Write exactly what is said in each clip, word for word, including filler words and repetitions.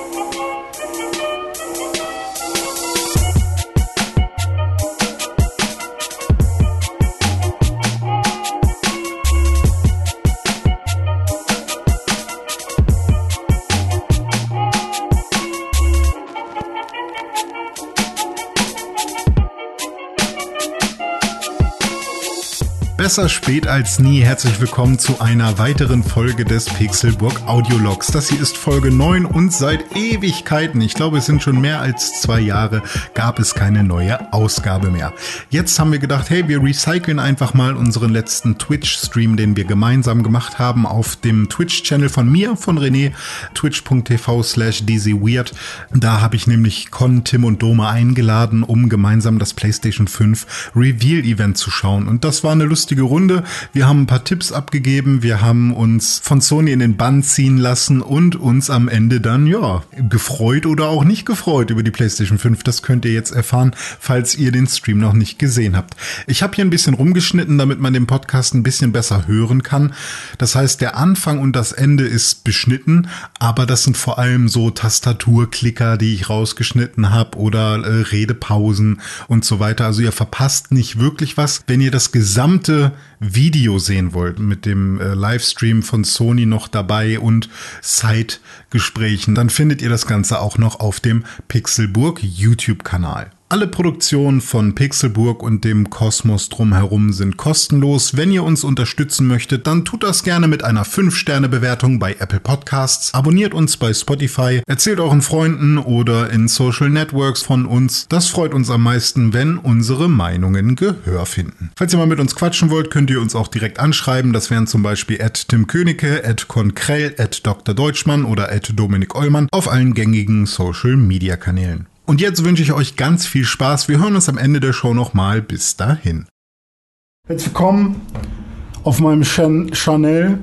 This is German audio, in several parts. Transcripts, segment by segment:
Besser spät als nie. Herzlich willkommen zu einer weiteren Folge des Pixelburg Audiologs. Das hier ist Folge neun und seit Ewigkeiten, ich glaube es sind schon mehr als zwei Jahre, gab es keine neue Ausgabe mehr. Jetzt haben wir gedacht, hey, wir recyceln einfach mal unseren letzten Twitch-Stream, den wir gemeinsam gemacht haben auf dem Twitch-Channel von mir, von René, twitch.tv slash dzweird. Da habe ich nämlich Con, Tim und Dome eingeladen, um gemeinsam das PlayStation fünf Reveal-Event zu schauen. Und das war eine lustige Runde. Wir haben ein paar Tipps abgegeben, wir haben uns von Sony in den Bann ziehen lassen und uns am Ende dann, ja, gefreut oder auch nicht gefreut über die PlayStation fünf. Das könnt ihr jetzt erfahren, falls ihr den Stream noch nicht gesehen habt. Ich habe hier ein bisschen rumgeschnitten, damit man den Podcast ein bisschen besser hören kann. Das heißt, der Anfang und das Ende ist beschnitten, aber das sind vor allem so Tastaturklicker, die ich rausgeschnitten habe oder äh, Redepausen und so weiter. Also ihr verpasst nicht wirklich was, wenn ihr das gesamte Video sehen wollt, mit dem äh, Livestream von Sony noch dabei und Side-Gesprächen, dann findet ihr das Ganze auch noch auf dem Pixelburg YouTube-Kanal. Alle Produktionen von Pixelburg und dem Kosmos drumherum sind kostenlos. Wenn ihr uns unterstützen möchtet, dann tut das gerne mit einer fünf Sterne Bewertung bei Apple Podcasts. Abonniert uns bei Spotify, erzählt euren Freunden oder in Social Networks von uns. Das freut uns am meisten, wenn unsere Meinungen Gehör finden. Falls ihr mal mit uns quatschen wollt, könnt ihr uns auch direkt anschreiben. Das wären zum Beispiel at Tim Königke, at Konkrell, at Doktor Deutschmann oder at Dominik Eulmann auf allen gängigen Social Media Kanälen. Und jetzt wünsche ich euch ganz viel Spaß. Wir hören uns am Ende der Show nochmal. Bis dahin. Herzlich willkommen auf meinem Chan- Channel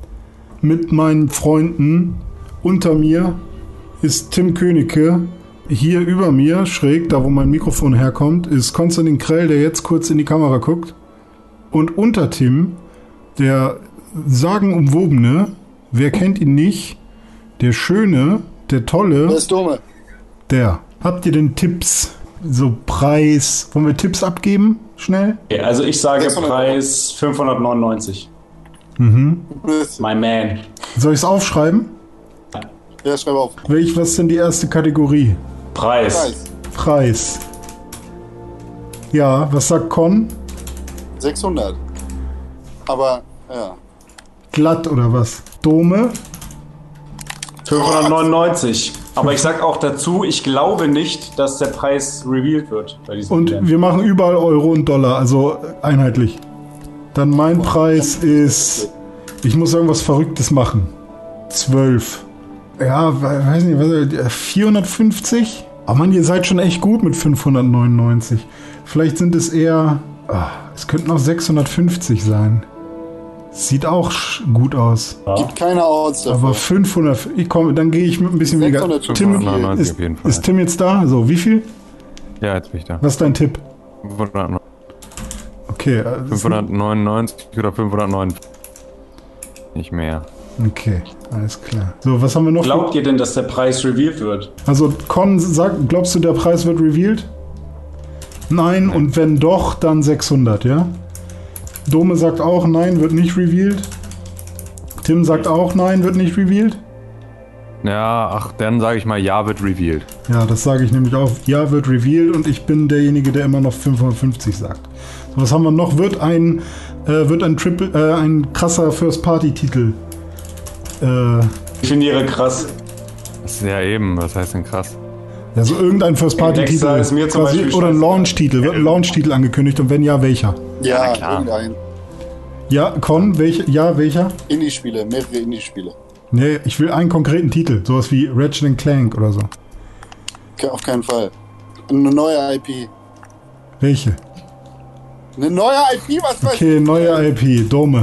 mit meinen Freunden. Unter mir ist Tim Königke. Hier über mir, schräg, da wo mein Mikrofon herkommt, ist Konstantin Krell, der jetzt kurz in die Kamera guckt. Und unter Tim, der sagenumwobene, wer kennt ihn nicht, der schöne, der tolle, der ist Dome. Der. Habt ihr denn Tipps? So Preis. Wollen wir Tipps abgeben? Schnell? Okay, also ich sage Preis fünfhundertneunundneunzig. Mhm. My man. Soll ich es aufschreiben? Ja, schreib auf. Welch, was ist denn die erste Kategorie? Preis. Preis. Preis. Ja, was sagt Con? sechshundert. Aber, ja. Glatt oder was? Dome? fünfhundertneunundneunzig. Aber ich sag auch dazu, ich glaube nicht, dass der Preis revealed wird. Bei diesem Und Event. wir machen überall Euro und Dollar, also einheitlich. Dann mein Preis ist, ich muss irgendwas Verrücktes machen. zwölf. Ja, weiß nicht, was, vierhundertfünfzig? Oh Mann, ihr seid schon echt gut mit fünfhundertneunundneunzig. Vielleicht sind es eher, oh, es könnten auch sechshundertfünfzig sein. Sieht auch gut aus. Gibt keine Odds dafür. Aber fünfhundert, ich komme, dann gehe ich mit ein bisschen weniger. Tim, ist, auf jeden Fall. Ist Tim jetzt da? So, wie viel? Ja, jetzt bin ich da. Was ist dein Tipp? fünfhundertneunundneunzig Okay. Also fünfhundertneunundneunzig oder fünfhundertneun. Nicht mehr. Okay, alles klar. So, was haben wir noch? Glaubt ihr denn, dass der Preis revealed wird? Also, Con, sag, glaubst du, der Preis wird revealed? Nein, nein. Und wenn doch, dann sechshundert, ja? Dome sagt auch, nein, wird nicht revealed. Tim sagt auch, nein, wird nicht revealed. Ja, ach, dann sage ich mal, ja, wird revealed. Ja, das sage ich nämlich auch. Ja, wird revealed und ich bin derjenige, der immer noch fünfhundertfünfzig sagt. So, was haben wir noch? Wird ein, äh, wird ein Triple, äh, ein krasser First-Party-Titel. Äh, Ich definiere krass. Das ist ja eben, was heißt denn krass? Ja, so irgendein First-Party-Titel. ist mir zum quasi, Beispiel oder ein scheiße. Launch-Titel. Wird ein Launch-Titel angekündigt und wenn ja, welcher? Ja, Ja, klar. irgendein. Ja, Con, welche? Ja, welcher? Indie-Spiele, mehrere Indie-Spiele. Nee, ich will einen konkreten Titel. Sowas wie Ratchet and Clank oder so. Ke- Auf keinen Fall. Eine neue I P. Welche? Eine neue I P? Was weiß Okay, neue I P. Dome.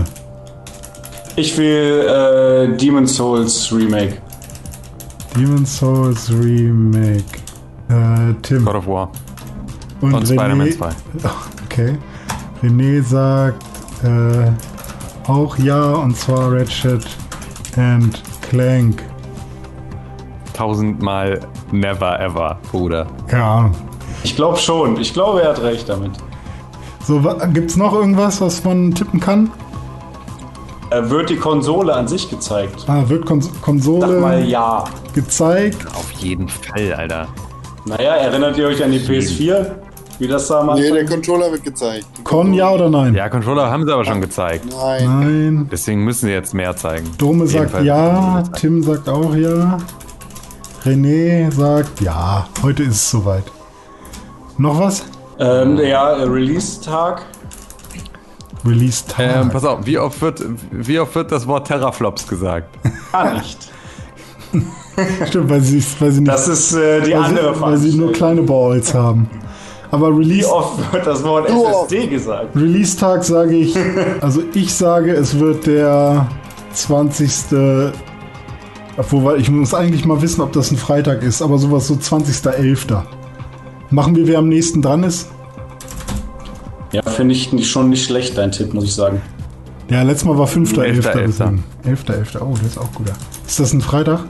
Ich will äh, Demon's Souls Remake. Demon's Souls Remake. Äh, Tim. God of War. Und, Und Spider-Man zwei. Okay. René sagt äh, auch ja, und zwar Ratchet and Clank. tausendmal never ever, Bruder. Keine Ahnung. Ich glaube schon. Ich glaube, er hat recht damit. So, gibt's noch irgendwas, was man tippen kann? Äh, wird die Konsole an sich gezeigt? Ah, wird Kons- Konsole Sag mal ja. gezeigt? Auf jeden Fall, Alter. Naja, erinnert ihr euch an die P S vier? Wie das da mal. Nee, der Controller wird gezeigt. Con, ja oder nein? Ja, Controller haben sie aber schon gezeigt. Nein. Nein. Deswegen müssen sie jetzt mehr zeigen. Dome sagt Jedenfalls ja, müssen sie Tim sagt auch ja. René sagt ja, heute ist es soweit. Noch was? Ähm, ja, äh, Release-Tag. Release-Tag. Ähm, pass auf, wie oft, wird, wie oft wird das Wort Terraflops gesagt? Gar nicht. Stimmt, weil sie, weil sie nicht, Das ist äh, die weil andere sie, weil sie nur Veranstaltung. kleine Balls haben. Aber Wie Release, oft wird das Wort S S D gesagt? Release-Tag sage ich, also ich sage, es wird der zwanzigste Obwohl, ich muss eigentlich mal wissen, ob das ein Freitag ist, aber sowas so zwanzigster elfter Machen wir, wer am nächsten dran ist? Ja, finde ich nicht, schon nicht schlecht, dein Tipp, muss ich sagen. Ja, letztes Mal war fünfter elfter elfter deswegen. elfter elfter Oh, das ist auch guter. Ist das ein Freitag?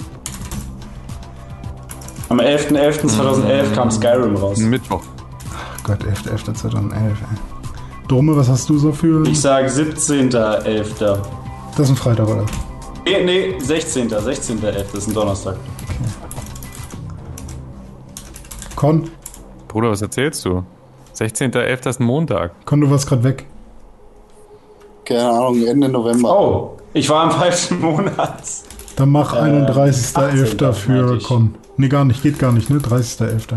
Am elfter elfter zweitausendelf kam Skyrim raus. Mittwoch. Ach Gott, elfter elfter zweitausendelf ey. Dome, was hast du so für... Ich sage siebzehnter elfter Das ist ein Freitag, oder? Nee, nee, sechzehnter sechzehnter elfter ist ein Donnerstag. Con, Bruder, was erzählst du? sechzehnter elfter ist ein Montag. Con, du warst gerade weg. Keine Ahnung, Ende November. Oh, ich war im falschen Monat. Dann mach einunddreißigster elfter für meinte ich. Con. Nee, gar nicht, geht gar nicht, ne? dreißigster elfter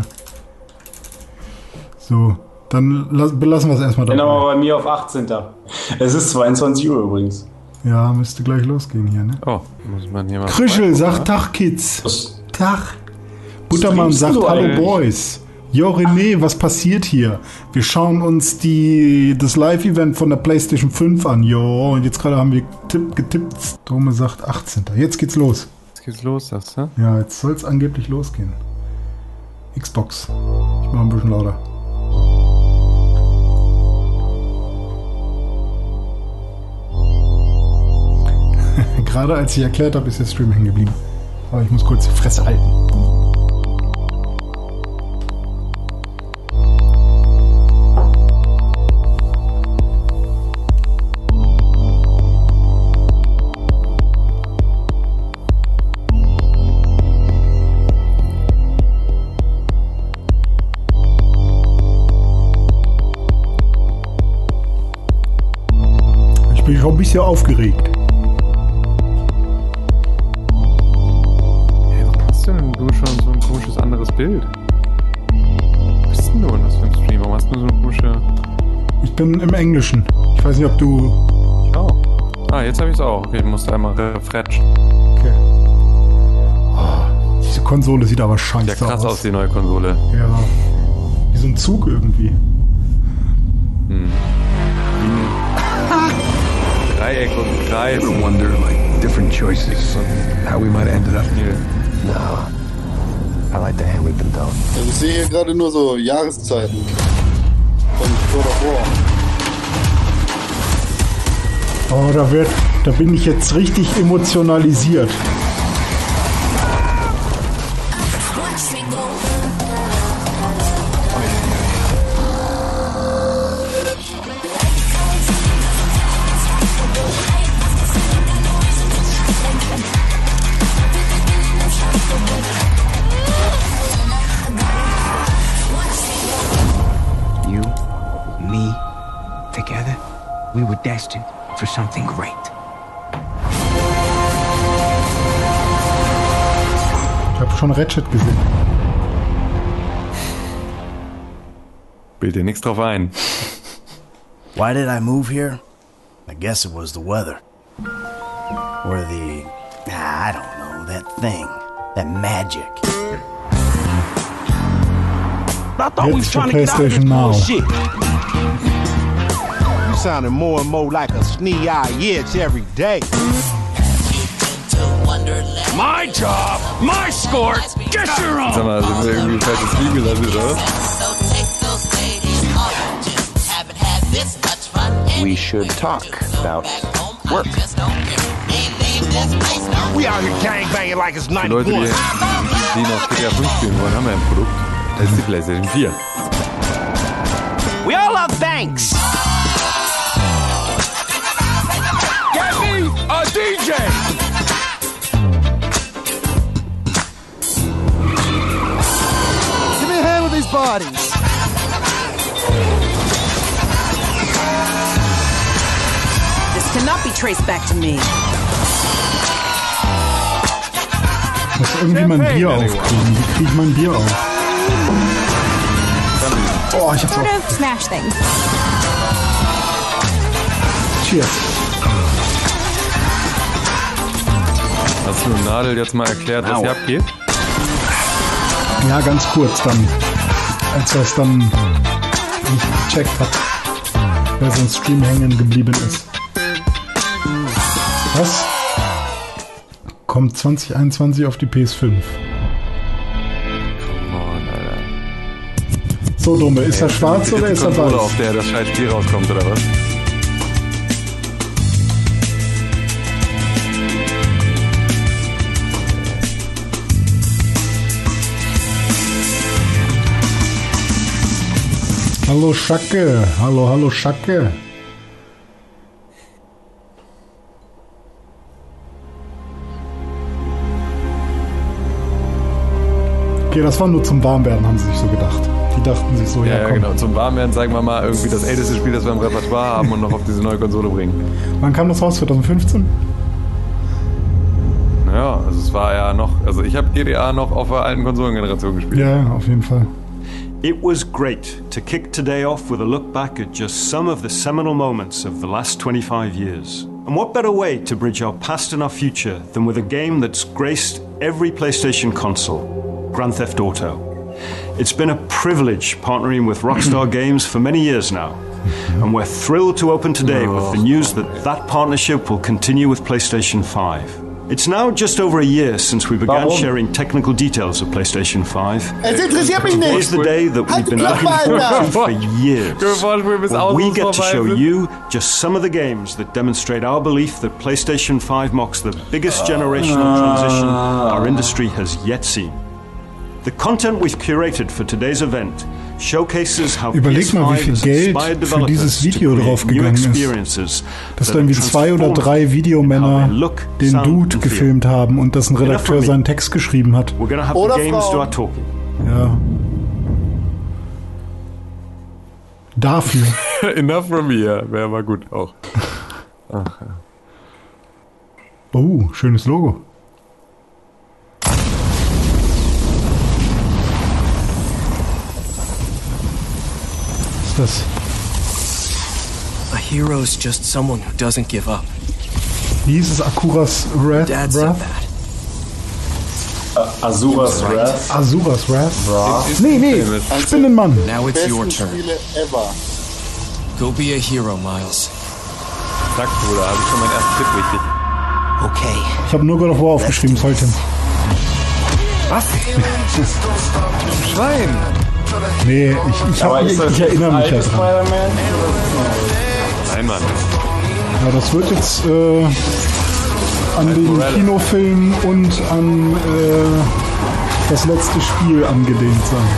So, dann las- belassen wir es erstmal Bin aber dabei. bei mir auf achtzehnter Es ist zweiundzwanzig Uhr übrigens. Ja, müsste gleich losgehen hier, ne? Oh, muss man hier mal... Krischel sagt Tag, Kids. Was? Tag. Buttermann streamst sagt du Hallo eigentlich? Boys. Jo René, was passiert hier? Wir schauen uns die, das Live-Event von der PlayStation fünf an. Jo, und jetzt gerade haben wir tipp, getippt. Dome sagt achtzehnter Jetzt geht's los. Jetzt geht's los, das, ne? Ja, jetzt soll es angeblich losgehen. Xbox. Ich mach ein bisschen lauter. Gerade als ich erklärt habe, ist der Stream hängen geblieben. Aber ich muss kurz die Fresse halten. Ich bin schon ein bisschen aufgeregt. Hey, warum hast du denn du schon so ein komisches anderes Bild? Was bist denn du in was für ein Stream? Warum hast du so eine komische... Ich bin im Englischen. Ich weiß nicht, ob du... Oh. Ah, jetzt habe ich es auch. Okay, ich musste einmal refreshen. Okay. Oh, diese Konsole sieht aber scheiße Sieht ja krass aus. aus, die neue Konsole. Ja. Wie so ein Zug irgendwie. Hm. Dreieck und Kreis. You ever wonder, like, different choices and how we might have ended up here? No. I like the hand we've been dealt. Also ich sehe hier gerade nur so Jahreszeiten. Von God of War. Oh, da wird, da bin ich jetzt richtig emotionalisiert. You, me, together, we were destined for something great. Ich habe schon Ratchet gesehen. Bild dir nichts drauf ein. Why did I move here? I guess it was the weather. Or the... I don't know, that thing. That magic. I thought we was It's trying the to get out of this PlayStation Now. bullshit. You sounding more and more like a snee-eye itch every day. My job, my sport, get your own! Sag mal, sind wir irgendwie falsches Liegen gelandet, oder? We should talk about work. We out here gangbanging like it's Die Leute, die, ninety-one. die noch G T A fünf spielen wollen, haben wir ein Produkt. Das ist die PlayStation vier. We all love banks. Get me a D J. Give me a hand with these bodies. This cannot be traced back to me. Ich muss irgendwie mein Bier aufkriegen. Wie kriege ich mein Bier auf? Oh, ich hab's Sort auch. of smash things. Cheers. Hast du Nadel jetzt mal erklärt, was hier abgeht? Ja, ganz kurz dann. Als er es dann nicht gecheckt hat, weil sein Stream hängen geblieben ist. Was? Kommt zwanzig einundzwanzig auf die P S fünf. Come on, Alter. So, Dumme, ist er schwarz oder ist er weiß? Auf der das scheiß Spiel rauskommt, oder was? Hallo Schacke, hallo, hallo Schacke. Okay, das war nur zum Warmwerden, haben sie sich so gedacht. Die dachten sich so, ja, Ja, ja, komm. genau. Zum Warmwerden sagen wir mal irgendwie das älteste Spiel, das wir im Repertoire haben und noch auf diese neue Konsole bringen. Wann kam das raus? zwanzig fünfzehn? Naja, also es war ja noch, also ich habe G T A noch auf der alten Konsolengeneration gespielt. Ja, auf jeden Fall. It was great to kick today off with a look back at just some of the seminal moments of the last twenty-five years. And what better way to bridge our past and our future than with a game that's graced every PlayStation console, Grand Theft Auto. It's been a privilege partnering with Rockstar Games for many years now. And we're thrilled to open today with the news that that partnership will continue with PlayStation five. It's now just over a year since we began Warum? sharing technical details of PlayStation five. Es interessiert mich Today's nicht. the day that we've Halt die been Klappe, looking forward to for Alter. years. Bevor wir bis When we Autos get to vorbei show sind. you just some of the games that demonstrate our belief that PlayStation five marks the biggest generational transition our industry has yet seen. The content we've curated for today's event showcases how Überleg mal, wie viel P S five has Geld inspired für dieses developers Video to create draufgegangen new ist. experiences Dass that da irgendwie are zwei oder drei transformative in how Videomänner they look, den sound Dude and feel. gefilmt haben und dass ein Enough Redakteur from me. seinen Text geschrieben hat. We're gonna have Oder the games Frauen. do our talking. Ja. Dafür. Enough from me, ja. Wäre mal gut auch. Ach, ja. Oh, schönes Logo. Was ist das? A hero is just someone who doesn't give up. Wie hieß es? Akuras Wrath? Dad said Wrath? that. Azuras Wrath. Azuras Wrath? Wrath. Nee, nee, Spinnenmann. Now it's your Besten turn. Spiele ever. Go be a hero, Miles. Zack, Bruder, habe ich schon meinen ersten Tipp richtig. Okay. Ich habe nur God of War aufgeschrieben, sorry Tim. Was? Schwein! Nee, ich, ich, hab, Aber ich, ist das ich erinnere mich ja alte dran. Spider-Man? Nein, Mann. Ja, das wird jetzt äh, an den Morales. Kinofilm und an äh, das letzte Spiel angelehnt sein.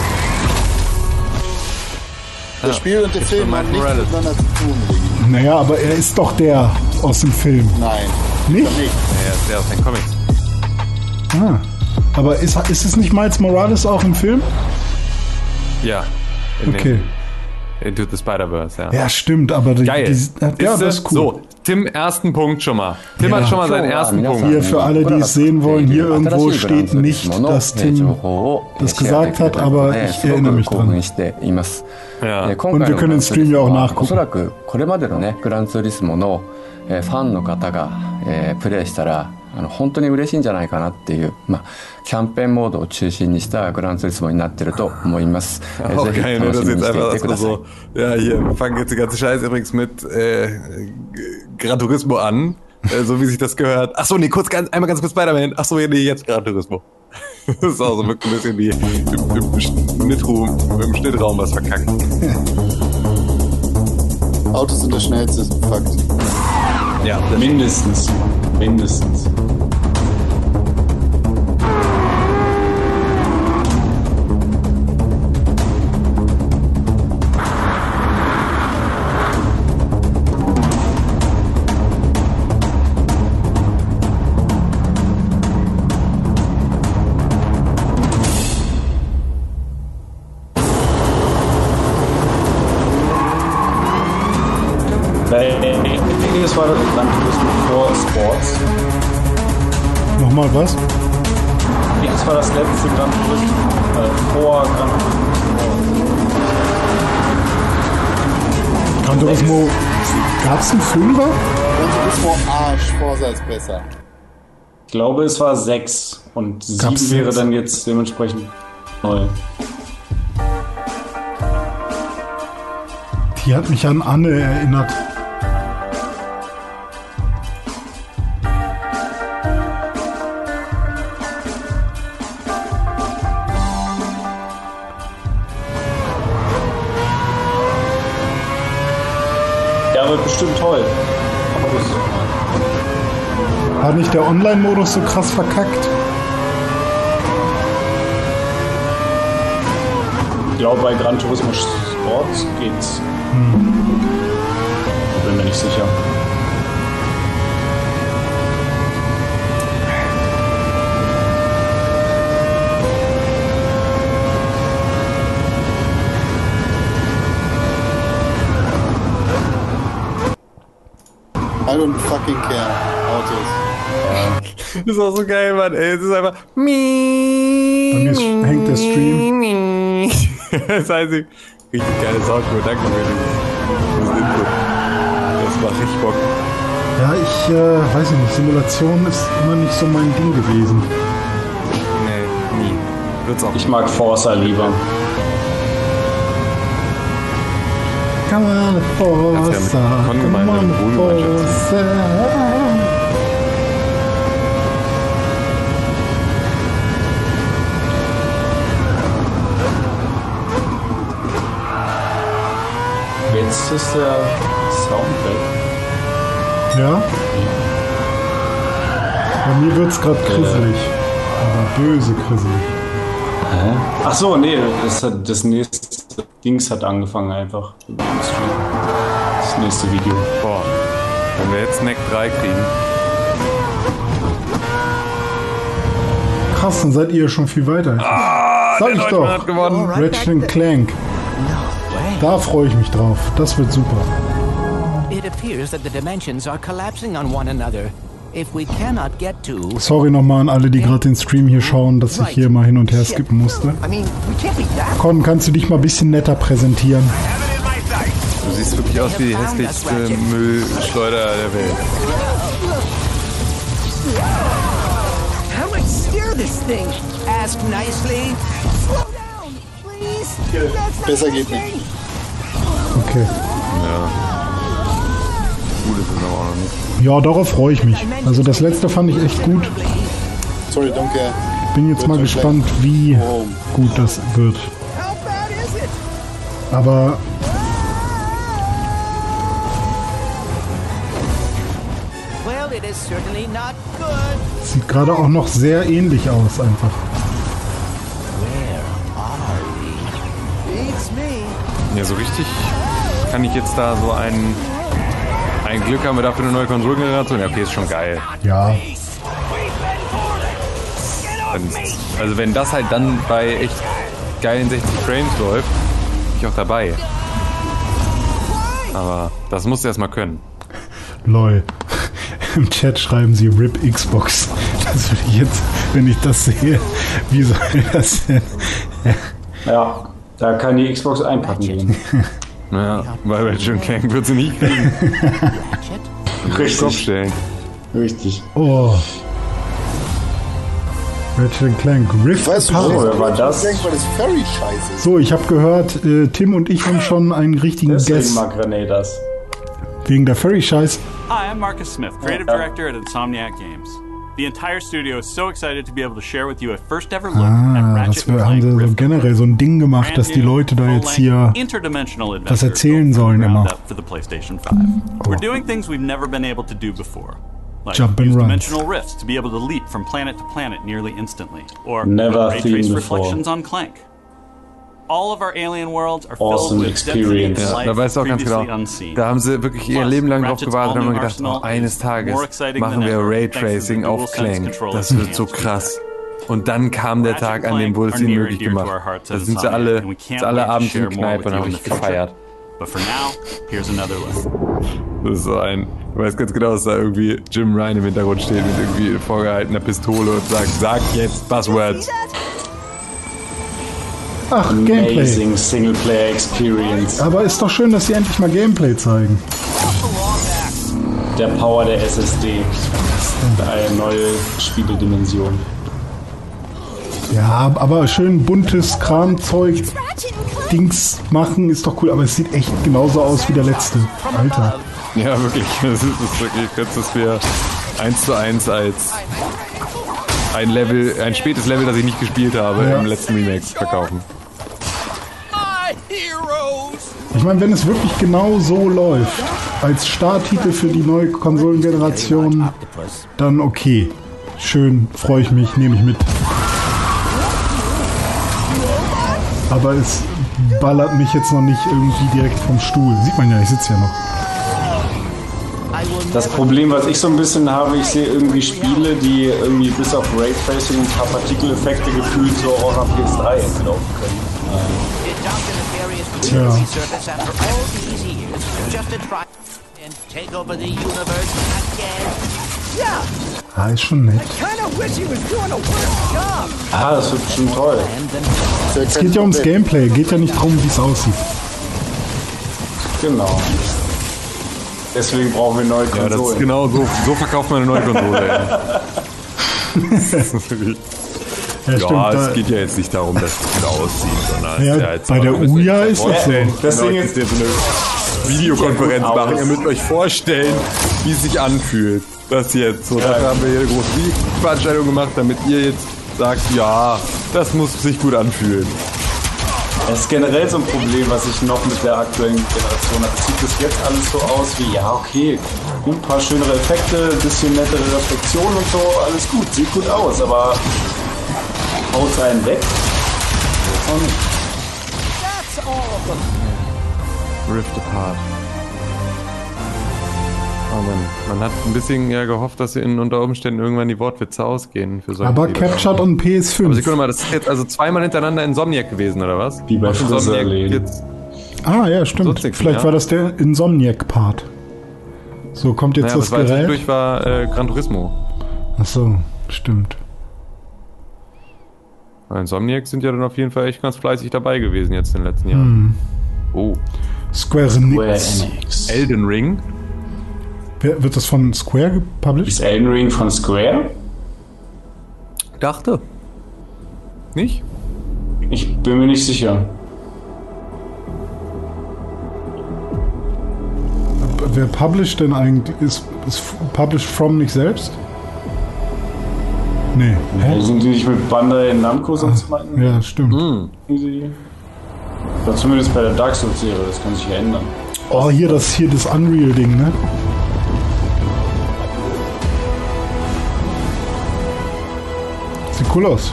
Das Spiel und der Film haben nichts Morales. miteinander zu tun, Diggi. Naja, aber er ist doch der aus dem Film. Nein. Nicht? Nicht. Ja, ist der aus den Comics. Ah. Aber ist, ist es nicht Miles Morales auch im Film? Ja. In Okay. den Into the Spider-Verse, ja. Ja, stimmt, aber die, Geil. Die, ja, das ist cool. So, Tim, ersten Punkt schon mal. Tim Ja. hat schon mal seinen ersten Punkt. Hier für alle, die es sehen wollen, hier irgendwo steht nicht, dass Tim das gesagt hat, aber ich erinnere mich dran. Ja. Und wir können den Stream ja auch おそ nachgucken. らくこれまでのねグランツーリスモの、えーファンの方が、えープレイしたらあの本当に嬉しいんじゃないかなっていう、まあ、キャンペーンモードを中心にしたグランツーリスモになってると思います。えー Auch ぜひ geil, ne? 楽 Das しみ jetzt にしてい einfach てくだ erstmal さい。 so. Ja, hier, wir fangen jetzt die ganze Scheiße übrigens mit äh, Gran Turismo an. Äh, so wie sich das gehört. Achso, nee, kurz, ganz, einmal ganz kurz Spider-Man. Achso, nee, jetzt Gran Turismo. Das ist auch so wirklich ein bisschen wie im, im, Schnittraum, im Schnittraum was verkackt. Autos sind das schnellste, ist ein Fakt. Ja, Mindestens. Mindestens. Sports. Nochmal was? X war das letzte Gran Turismo. Äh, vor Gran Turismo. Gran Turismo. Gab's einen Fünfer? Gran Turismo Arsch, Forza ist besser. Ich glaube, es war sechs und sieben Gab's wäre sechs? dann jetzt dementsprechend neu. Die hat mich an Anne erinnert. Ja, wird bestimmt toll. Aber das Hat nicht der Online-Modus so krass verkackt? Ich glaube, bei Gran Turismo Sports geht's. Hm. Bin mir nicht sicher. I don't fucking care. Autos. Das ist auch so geil, Mann, ey. Es ist einfach. Bei mir ist, hängt der Stream. Das heißt, richtig geile Soundcode. Danke für dieses, dieses Input. Das macht richtig Bock. Ja, ich äh, weiß nicht, Simulation ist immer nicht so mein Ding gewesen. Nee, nie. Wird's auch. Ich mag Forza lieber. Come on, Forza. Kannst ja mit Con gemeinsam eine Wohngemeinschaft ziehen. Jetzt ist der Sound weg. Ja? Bei mir wird's gerade krisselig. Aber böse krisselig. Hä? Ach so, nee, das, hat, das nächste Dings hat angefangen einfach. Das nächste Video. Boah, wenn wir jetzt Snack drei kriegen. Krass, dann seid ihr schon viel weiter. Ah, Sag der ich Deutschmann doch. hat gewonnen. Ratchet and Clank. Da freue ich mich drauf. Das wird super. It appears that the dimensions are collapsing on one another. If we cannot get to... Sorry nochmal an alle, die gerade den Stream hier schauen, dass ich hier mal hin und her skippen musste. I mean, we can't be that... Con, kannst du dich mal ein bisschen netter präsentieren? Du siehst wirklich aus wie die hässlichste Müllschleuder der Welt. How do I steer this thing? Ask nicely. Slow down, please. That's Besser geht nicht. Okay. Ja. Gut ist es aber auch noch nicht. Ja, darauf freue ich mich. Also das letzte fand ich echt gut. Sorry, don't care. Bin jetzt mal gespannt, wie gut das wird. Aber Well, it is certainly not good. sieht gerade auch noch sehr ähnlich aus einfach. Where are we? Beats me. Ja, so richtig kann ich jetzt da so ein, ein Glück haben wir dafür eine neue Konsolengeneration. Ja, okay, ist schon geil. Ja. Also wenn das halt dann bei echt geilen sechzig Frames läuft, bin ich auch dabei. Aber das musst du erstmal können. Lol. Im Chat schreiben sie R I P Xbox. Das würde ich jetzt, wenn ich das sehe, wie soll das denn? Ja, da kann die Xbox einpacken gehen. Naja, weil Ratchet and Clank wird sie nicht kriegen. Richtig. Kopf stellen. Richtig. Oh. Ratchet and Clank Rift Weißt du, Apart. warum war das? Clank, weil das Furry scheiße ist. So, ich habe gehört, äh, Tim und ich haben schon einen richtigen Deswegen Guess mag René das. wegen der Furry-Scheiß. Hi, I'm Marcus Smith, creative director at Insomniac Games. The entire studio is so excited to be able to share with you a first ever look at Ah, Ratchet das and wir, haben Clank sie so Rift generell so ein Ding gemacht, dass die Leute da jetzt hier interdimensional was adventure erzählen sollen built from the immer. ground up for the PlayStation five. We're doing things we've never been able to do before. Like Jump and use run. dimensional rifts to be able to leap from planet to planet nearly instantly. Or Never ray seen trace before. reflections on Clank. All of our alien worlds are Awesome filled with experience. density and Ja, life da weißt du auch ganz previously genau, unseen. da haben sie wirklich ihr Plus, Leben lang drauf Ratchet's gewartet und haben all-new gedacht, oh, arsenal eines is Tages more exciting machen than wir ever, Raytracing thanks to the auf DualSense Clank. controller Das wird so enhancements. krass. Und dann kam der Ratchet Tag, and an dem Clank wurde es are ihnen near möglich and dear to gemacht. our hearts Da as sind sie Insomniac, alle, and we can't alle wait to abends in share die more Kneipe with und you haben in the richtig future. gefeiert. But for now, here's another look. Das ist so ein, ich weiß ganz genau, dass da irgendwie Jim Ryan im Hintergrund steht mit irgendwie vorgehaltener Pistole und sagt, sag jetzt Buzzwords. Ach, Gameplay. Amazing Singleplayer Experience. Aber ist doch schön, dass sie endlich mal Gameplay zeigen. Der Power der S S D. Eine neue Spieledimension. Ja, aber schön buntes Kramzeug, Dings machen ist doch cool, aber es sieht echt genauso aus wie der letzte. Alter. Ja, wirklich. Das ist, das ist wirklich, das ist wir eins zu eins als ein Level, ein spätes Level, das ich nicht gespielt habe, ja. Im letzten Remake verkaufen. Ich meine, wenn es wirklich genau so läuft, als Starttitel für die neue Konsolengeneration, dann okay. Schön, freue ich mich, nehme ich mit. Aber es ballert mich jetzt noch nicht irgendwie direkt vom Stuhl. Sieht man ja, ich sitze ja noch. Das Problem, was ich so ein bisschen habe, ich sehe irgendwie Spiele, die irgendwie bis auf Raytracing und ein paar Partikeleffekte gefühlt so auch auf P S drei laufen können. Ja. Ah, ist schon nett. Ah, das wird schon toll. Es geht ja ums Gameplay, geht ja nicht darum, wie es aussieht. Genau. Deswegen brauchen wir neue Konsolen. Ja, das ist genau so, so verkauft man eine neue Konsole. Ja. Ja, ja, stimmt, es da geht ja jetzt nicht darum, dass es gut aussieht, sondern ja, es ist ja jetzt bei der Ouya ist das so. Das Ding ist jetzt eine Videokonferenz machen. Ihr müsst euch vorstellen, wie es sich anfühlt. Das jetzt. So, dafür haben wir hier eine große Videoveranstaltung gemacht, damit ihr jetzt sagt, ja, das muss sich gut anfühlen. Das ist generell so ein Problem, was ich noch mit der aktuellen Generation habe. Sieht das jetzt alles so aus wie, ja, okay, ein paar schönere Effekte, ein bisschen nettere Reflexionen und so, alles gut, sieht gut aus, aber haut einen weg und Rift Apart. Oh Mann, man hat ein bisschen ja gehofft, dass ihnen unter Umständen irgendwann die Wortwitze ausgehen. Für solche aber Spiele. Captured und P S fünf. Aber Sekunde mal, das ist jetzt also zweimal hintereinander Insomniac gewesen, oder was? Wie bei Insomniac jetzt. Ah ja, stimmt. So Vielleicht ja. war das der Insomniac-Part. So, kommt jetzt naja, das Gerät. Was durch war äh, Gran Turismo. Ach so, stimmt. Insomniac sind ja dann auf jeden Fall echt ganz fleißig dabei gewesen jetzt in den letzten Jahren. Hm. Oh. Square Enix. Elden Ring. Wer, wird das von Square gepublished? Ist Elden Ring von Square? Dachte. Nicht? Ich bin mir nicht sicher. Wer published denn eigentlich? Ist, ist published from nicht selbst? Nee. Hä? Sind die nicht mit Bandai Namco sonst ah, meinten? Ja, stimmt. Hm. Oder zumindest bei der Dark Souls-Serie, das kann sich ja ändern. Oh, hier das, hier das Unreal-Ding, ne? Sieht cool aus.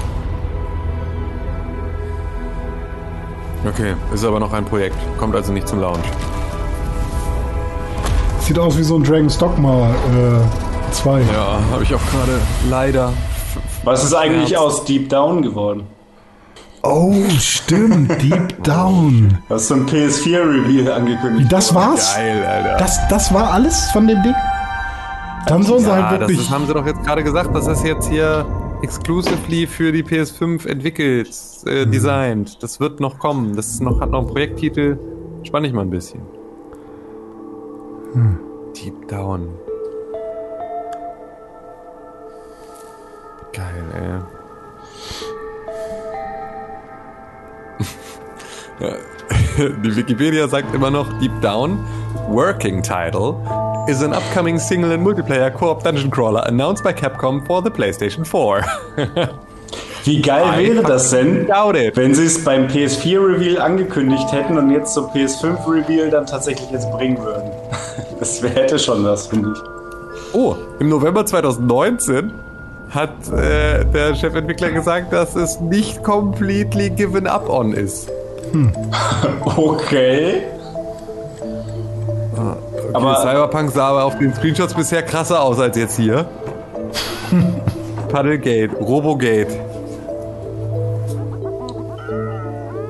Okay, ist aber noch ein Projekt. Kommt also nicht zum Launch. Sieht aus wie so ein Dragon's Dogma äh, zwei. Ja, habe ich auch gerade leider. Was ist eigentlich ja. aus Deep Down geworden? Oh, stimmt, Deep Down. Das ist so ein P S vier Reveal angekündigt. Das war's? Geil, Alter. Das, das war alles von dem Ding? Dann sollen sie ja, halt wirklich... Das haben sie doch jetzt gerade gesagt, dass das jetzt hier exclusively für die P S fünf entwickelt, äh, hm. designt. Das wird noch kommen. Das ist noch, hat noch einen Projekttitel. Spann ich mal ein bisschen. Hm. Deep Down. Geil, ey. Die Wikipedia sagt immer noch Deep Down, working title, is an upcoming single and multiplayer co-op dungeon crawler announced by Capcom for the PlayStation four. Wie geil I wäre das denn, wenn sie es beim P S vier Reveal angekündigt hätten und jetzt zum P S fünf Reveal dann tatsächlich jetzt bringen würden. Das hätte schon was, finde ich. Oh, im November zwanzig neunzehn hat äh, der Chefentwickler gesagt, dass es nicht completely given up on ist. Hm. Okay. okay. Aber Cyberpunk sah aber auf den Screenshots bisher krasser aus als jetzt hier. Paddlegate, Robogate.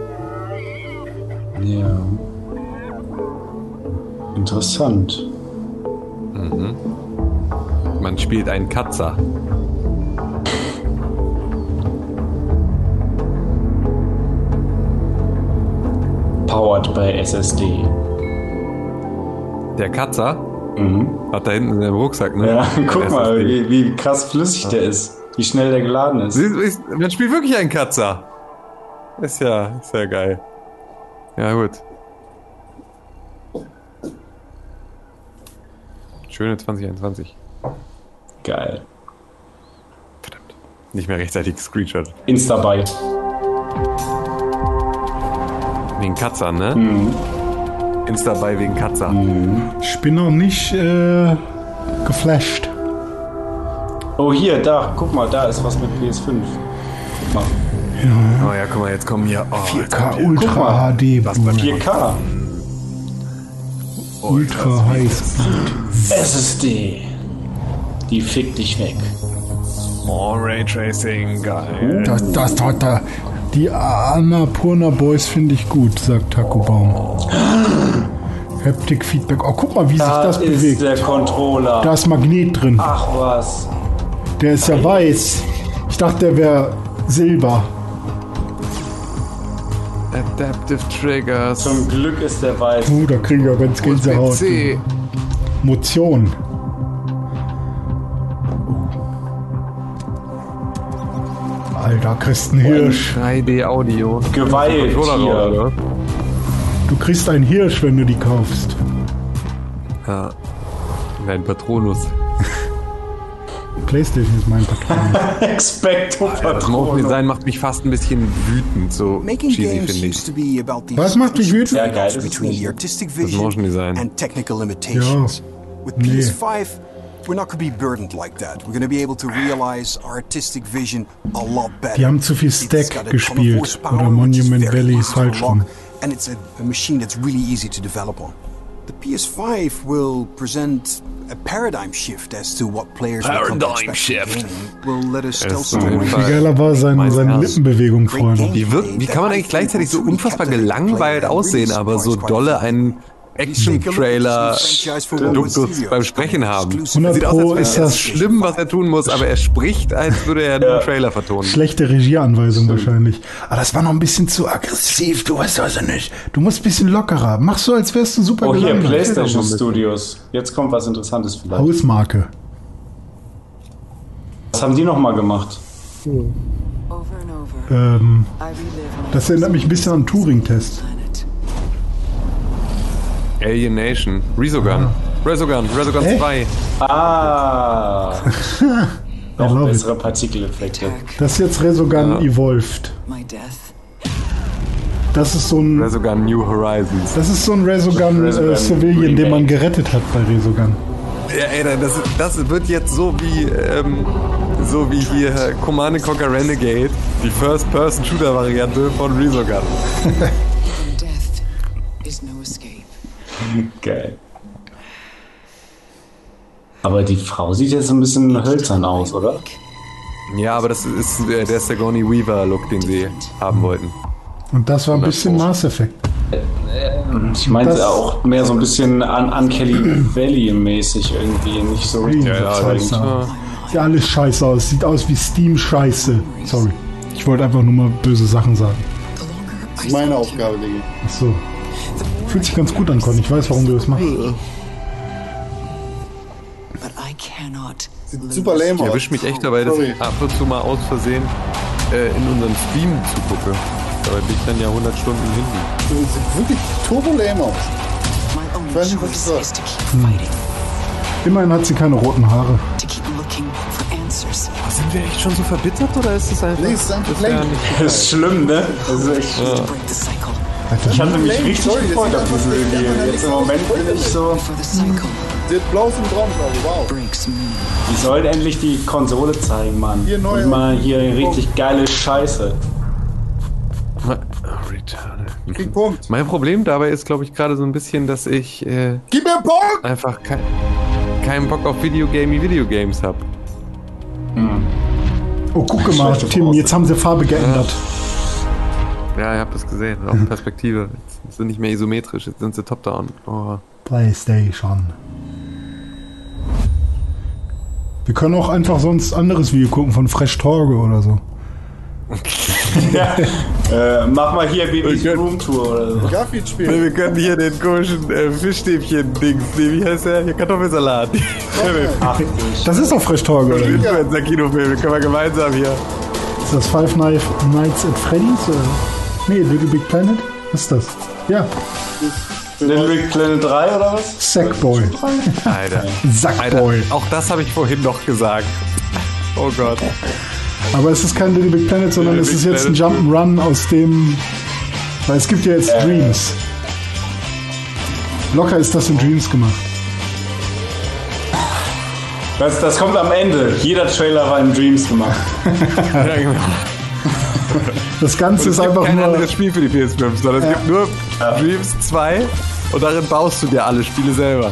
Ja. Interessant. Man spielt einen Katzer. Powered by S S D. Der Katzer? Mhm. Hat da hinten in seinem Rucksack, ne? Ja, guck S S D. mal, wie, wie krass flüssig der ist. Wie schnell der geladen ist. Man spielt wirklich einen Katzer. Ist ja, ist ja geil. Ja, gut. Schöne zwanzig einundzwanzig. Geil. Verdammt. Nicht mehr rechtzeitig Screenshot. Insta-Buy. Wegen Katzer, ne? Mhm. Insta-Buy wegen Katzer. Mhm. Ich bin noch nicht äh, geflasht. Oh, hier, da, guck mal, da ist was mit P S fünf. Guck mal. Ja. Oh ja, guck mal, jetzt kommen hier. Oh, vier K kommt hier. Ultra H D. Was bei vier K. Ultra heiß. S S D. Die fickt dich weg. Oh, Raytracing, geil. Das, das, das, das. Die Annapurna Boys finde ich gut, sagt Takubaum. Haptic Feedback. Oh, guck mal, wie da sich das ist bewegt. Der Controller. Da ist Magnet drin. Ach was. Der ist ja weiß. Ich dachte, der wäre Silber. Adaptive Triggers. Zum Glück ist der weiß. Uh, da kriegen wir ganz Gänsehaut. U S B C. Motion. Alter, kriegst einen Hirsch. drei D Audio. Gewalt hier. Du kriegst einen Hirsch, wenn du die kaufst. Ja. Ein Patronus. PlayStation ist mein Patronus. Expecto Das Motion Design macht mich fast ein bisschen wütend, so cheesy finde ich. Was macht dich wütend? Ja, geil, das ist between the nicht. artistic Das vision Motion Design. and technical limitations. Ja. With Nee. P S five, we're not going to be burdened like that. We're going to be able to realize our artistic vision a lot better. Die haben zu viel It's Stack got a ton of gespielt. horsepower, Oder which is Monument very Valley easy to falsch unlock, rum. and it's a, a machine that's really easy to develop on. The P S five will present a paradigm shift as to what players will come to Paradigm expect shift. from gaming. Will let us Es tell ist some auf jeden Wie Fall- geiler war seine, seine Lippenbewegung, Freunde. Wie, wirkt, wie kann man eigentlich gleichzeitig so unfassbar gelangweilt aussehen, aber so dolle einen Action-Trailer-Duktus beim Sprechen haben? Sieht aus, als wäre ist es das schlimm, was er tun muss, aber er spricht, als würde er nur einen Trailer vertonen. Schlechte Regieanweisung wahrscheinlich. Aber das war noch ein bisschen zu aggressiv, du weißt also nicht. Du musst ein bisschen lockerer. Mach so, als wärst du super Oh, hier, gelangweilt. PlayStation Studios. Jetzt kommt was Interessantes vielleicht. Hausmarke. Was haben die nochmal gemacht? Ähm, das erinnert mich ein bisschen an Turing-Test. Alienation. Resogun. Resogun. Resogun Hä? zwei. Ah. Noch love it. bessere Partikeleffekte. Das ist jetzt Resogun Ja. Evolved. Das ist so ein, Resogun New Horizons. das ist so ein Resogun, Resogun äh, Civilian, den man Remake. gerettet hat bei Resogun. Ja, ey, das, das wird jetzt so wie, ähm, so wie hier Command and Conquer Renegade, die First-Person-Shooter-Variante von Resogun. Geil. Aber die Frau sieht jetzt ein bisschen hölzern aus, oder? Ja, aber das ist äh, der Sigourney Weaver-Look, den sie haben wollten. Und das war ein bisschen Mass Effect. Ich meinte Das- auch mehr so ein bisschen an, an Kelly Valley-mäßig irgendwie, nicht so richtig Ja, ja, überzeugend. das Sieht alles scheiße aus. Sieht aus wie Steam-Scheiße. Sorry. Ich wollte einfach nur mal böse Sachen sagen. Das ist meine Aufgabe, Digga. Achso. Fühlt sich ganz gut an, Con. Ich weiß, warum du das machst. Sieht super lame Ich aus. erwische mich echt dabei, dass Sorry. ich ab und zu mal aus Versehen äh, in unseren Stream zugucke. Dabei bin ich dann ja hundert Stunden hinten. Das sieht wirklich turbo lame aus. Ich weiß nicht, was das soll. Hm. Immerhin hat sie keine roten Haare. Oh, sind wir echt schon so verbittert oder ist es einfach... Nee, es ist einfach das wär lame. nicht so Das ist schlimm, ne? Das ist echt schlimm. Alter, Ich hatte mich Lame, richtig sorry, das gefreut sieht auf einfach diese nicht- Review. einfach Jetzt nicht im so Moment bin ich so... Sie hat blaues und braun, wow. Die sollen endlich die Konsole zeigen, Mann. Hier neue- Und mal hier richtig geile Scheiße. Returnal. Krieg Punkt. Mein Problem dabei ist, glaube ich, gerade so ein bisschen, dass ich äh, Gib mir einen Punkt! einfach kein, keinen Bock auf Videogamey Videogames habe. Oh, guck mal, Tim, jetzt haben sie Farbe geändert. Ja, ich habe das gesehen. Auch Perspektive. Jetzt sind nicht mehr isometrisch, jetzt sind sie top-down. Oh. PlayStation. Wir können auch einfach sonst anderes Video gucken von Fresh Torge oder so. Ja, äh, mach mal hier Babys Room Tour oder so. Garfield spielen. Wir können hier den komischen äh, Fischstäbchen-Dings nehmen. Wie heißt der? Hier Kartoffelsalat. Ach, Das ist doch Fresh Torge, oder? Influencer Kinofilm, können wir gemeinsam hier. Ist das Five Nights at Freddy's? Oder? Nee, Little Big Planet? Was ist das? Ja. Little Big Planet drei oder was? Sackboy. Alter. Sackboy. Alter, auch das habe ich vorhin noch gesagt. Oh Gott. Aber es ist kein Little Big Planet, sondern Little es ist Big jetzt ein Planet. Jump'n'Run aus dem... Weil es gibt ja jetzt Äh. Dreams. Locker ist das in Dreams gemacht. Das, das kommt am Ende. Jeder Trailer war in Dreams gemacht. Ja, genau. Das Ganze Und es ist gibt einfach kein nur... anderes Spiel für die P S fünf, sondern es Ja. gibt nur Dreams zwei und darin baust du dir alle Spiele selber.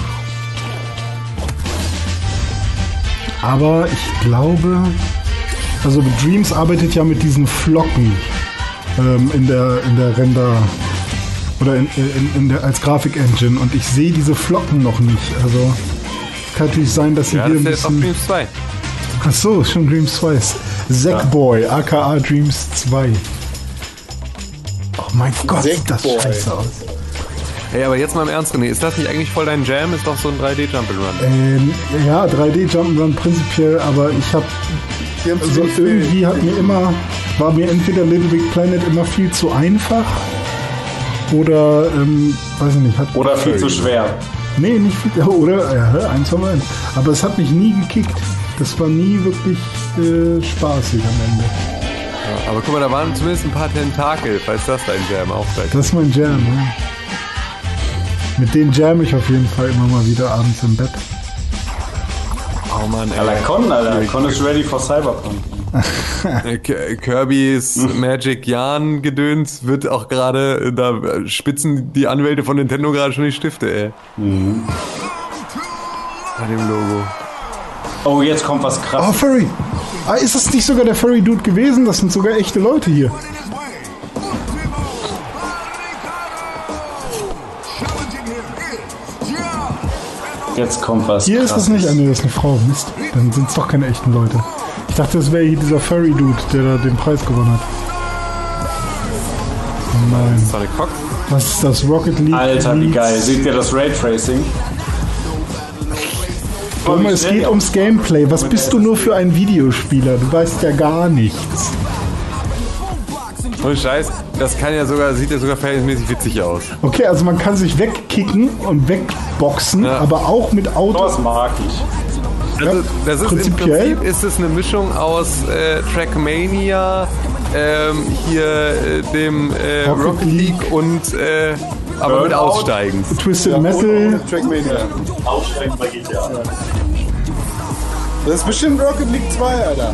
Aber ich glaube... Also Dreams arbeitet ja mit diesen Flocken ähm, in der in der Render... Oder in, in, in der, als Grafik-Engine. Und ich sehe diese Flocken noch nicht. Also kann natürlich sein, dass sie Ja, hier das ein ist jetzt auf bisschen... Dreams zwei. Ach so, schon Dreams zwei ist. Sackboy, aka Dreams zwei. Oh mein Gott, sieht das Sackboy. scheiße aus. Hey, aber jetzt mal im Ernst, René, ist das nicht eigentlich voll dein Jam? Ist doch so ein drei D Jump'n'Run. Ähm, ja, drei D Jump'n'Run prinzipiell, aber ich habe also irgendwie hat mir immer, war mir entweder Little Big Planet immer viel zu einfach oder, ähm, weiß ich nicht. Hat Oder viel zu schwer. Nee, nicht viel, oder, ja, eins von eins. Aber es hat mich nie gekickt. Das war nie wirklich äh, spaßig am Ende. Ja, aber guck mal, da waren zumindest ein paar Tentakel, falls das dein Jam auch vielleicht. Das ist mein Jam, ja. Mit denen jam ich auf jeden Fall immer mal wieder abends im Bett. Oh Mann, ey. Alter, Con, Alter. Con ist ready for Cyberpunk. Äh, K- Kirby's Magic Yarn Gedöns wird auch gerade, da spitzen die Anwälte von Nintendo gerade schon die Stifte, ey. Mhm. Bei dem Logo. Oh, jetzt kommt was Oh, krasses. Furry! Ah, ist das nicht sogar der Furry-Dude gewesen? Das sind sogar echte Leute hier. Jetzt kommt was Hier ist das krasses. nicht. Ah, nee, das ist eine Frau. Mist. Dann sind es doch keine echten Leute. Ich dachte, das wäre hier dieser Furry-Dude, der da den Preis gewonnen hat. Oh nein. Sonic Fox? Was ist das? Rocket League? Alter, wie League? geil. Seht ihr das Raytracing? Guck mal, es geht ums Gameplay. Was bist du nur für ein Videospieler? Du weißt ja gar nichts. Oh Scheiß, das kann ja sogar, sieht ja sogar verhältnismäßig witzig aus. Okay, also man kann sich wegkicken und wegboxen, Ja. aber auch mit Autos. Das mag ich. Also, das ist prinzipiell. im Prinzip ist es eine Mischung aus äh, Trackmania, ähm, hier äh, dem äh, Rocket Rocket League und äh, aber mit Burnout. Aussteigen. Twisted Metal. Trackmania. Aussteigen bei G T A. Das ist bestimmt Rocket League zwei, Alter.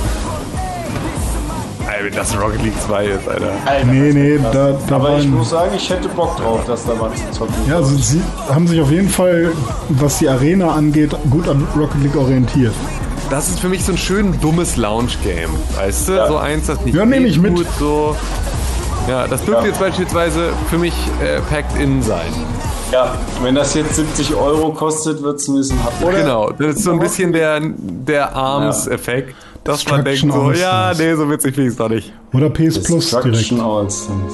Ey, wenn das Rocket League zwei ist, Alter. Nee, nee, da, da Aber ich waren... muss sagen, ich hätte Bock drauf, das da mal zu zocken. Ja, also sie haben sich auf jeden Fall, was die Arena angeht, gut an Rocket League orientiert. Das ist für mich so ein schön dummes Lounge-Game, weißt du? Ja. So eins, das nicht Ja, nehm ich mit. gut, so. Ja, das dürfte Ja. jetzt beispielsweise für mich äh, packed in sein. Ja, wenn das jetzt siebzig Euro kostet, wird es ein bisschen happig. Genau, das ist so ein bisschen der, der Arms-Effekt, dass man denkt Destruction so, ja, All-Stars. nee, so witzig finde ich es doch nicht. Oder P S Plus direkt. Destruction All-Stars.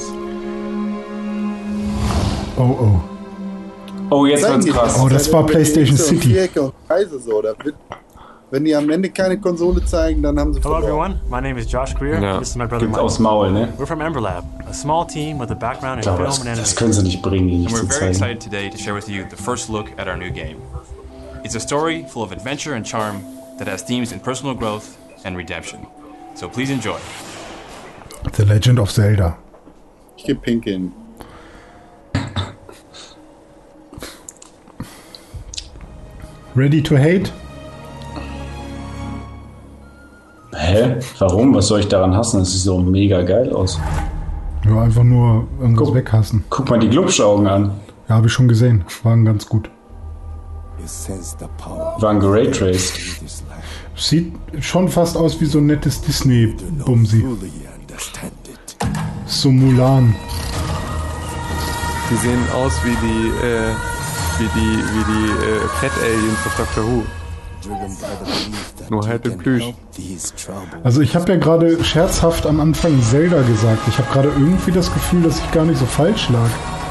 Oh, oh. Oh, jetzt Zeigen wird's die krass. Oh, das Wenn war die PlayStation so City. Vierecke und Kreise so, da wird, wenn die am Ende keine Konsole zeigen, dann haben sie Hello verloren. everyone, my name is Josh Greer. Ja. This is my brother Gibt's Mike. aufs Maul, ne? We're from Ember Lab, a small team with a background in Aber film das, and das animation. können sie nicht bringen, die And nicht we're zu very zeigen. excited today to share with you the first look at our new game. It's a story full of adventure and charm that has themes in personal growth and redemption. So please enjoy. The Legend of Zelda. Ich geb Pink hin. Ready to hate? Hä? Warum? Was soll ich daran hassen? Das sieht so mega geil aus. Ja, einfach nur irgendwas Guck. weghassen. Guck mal die Glubschaugen an. Ja, habe ich schon gesehen. Waren ganz gut. Waren geraytraced. Sieht schon fast aus wie so ein nettes Disney-Bumsi. So Mulan. Die sehen aus wie die, äh, wie die, wie die äh, Fett-Aliens auf Doctor Who. Nur halt im Plüsch. Also ich habe ja gerade scherzhaft am Anfang Zelda gesagt. Ich habe gerade irgendwie das Gefühl, dass ich gar nicht so falsch lag.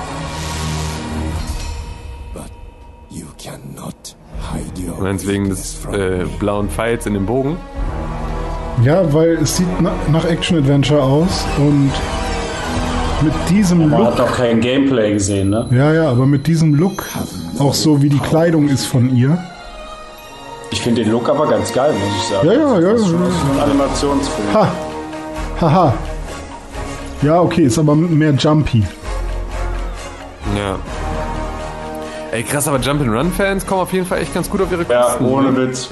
Du meinst wegen des äh, blauen Pfeils in dem Bogen? Ja, weil es sieht na nach Action-Adventure aus und mit diesem Man Look... hat doch kein Gameplay gesehen, ne? Ja, ja, aber mit diesem Look, auch so wie die Kleidung ist von ihr. Ich finde den Look aber ganz geil, muss ich sagen. Ja, ja, ja. Das ist schon ja. ein Animationsfilm. Ha! Haha. Ja, okay, ist aber mehr jumpy. Ja. Ey, krass, aber Jump-and-Run-Fans kommen auf jeden Fall echt ganz gut auf ihre Kosten. Ja, ohne Witz.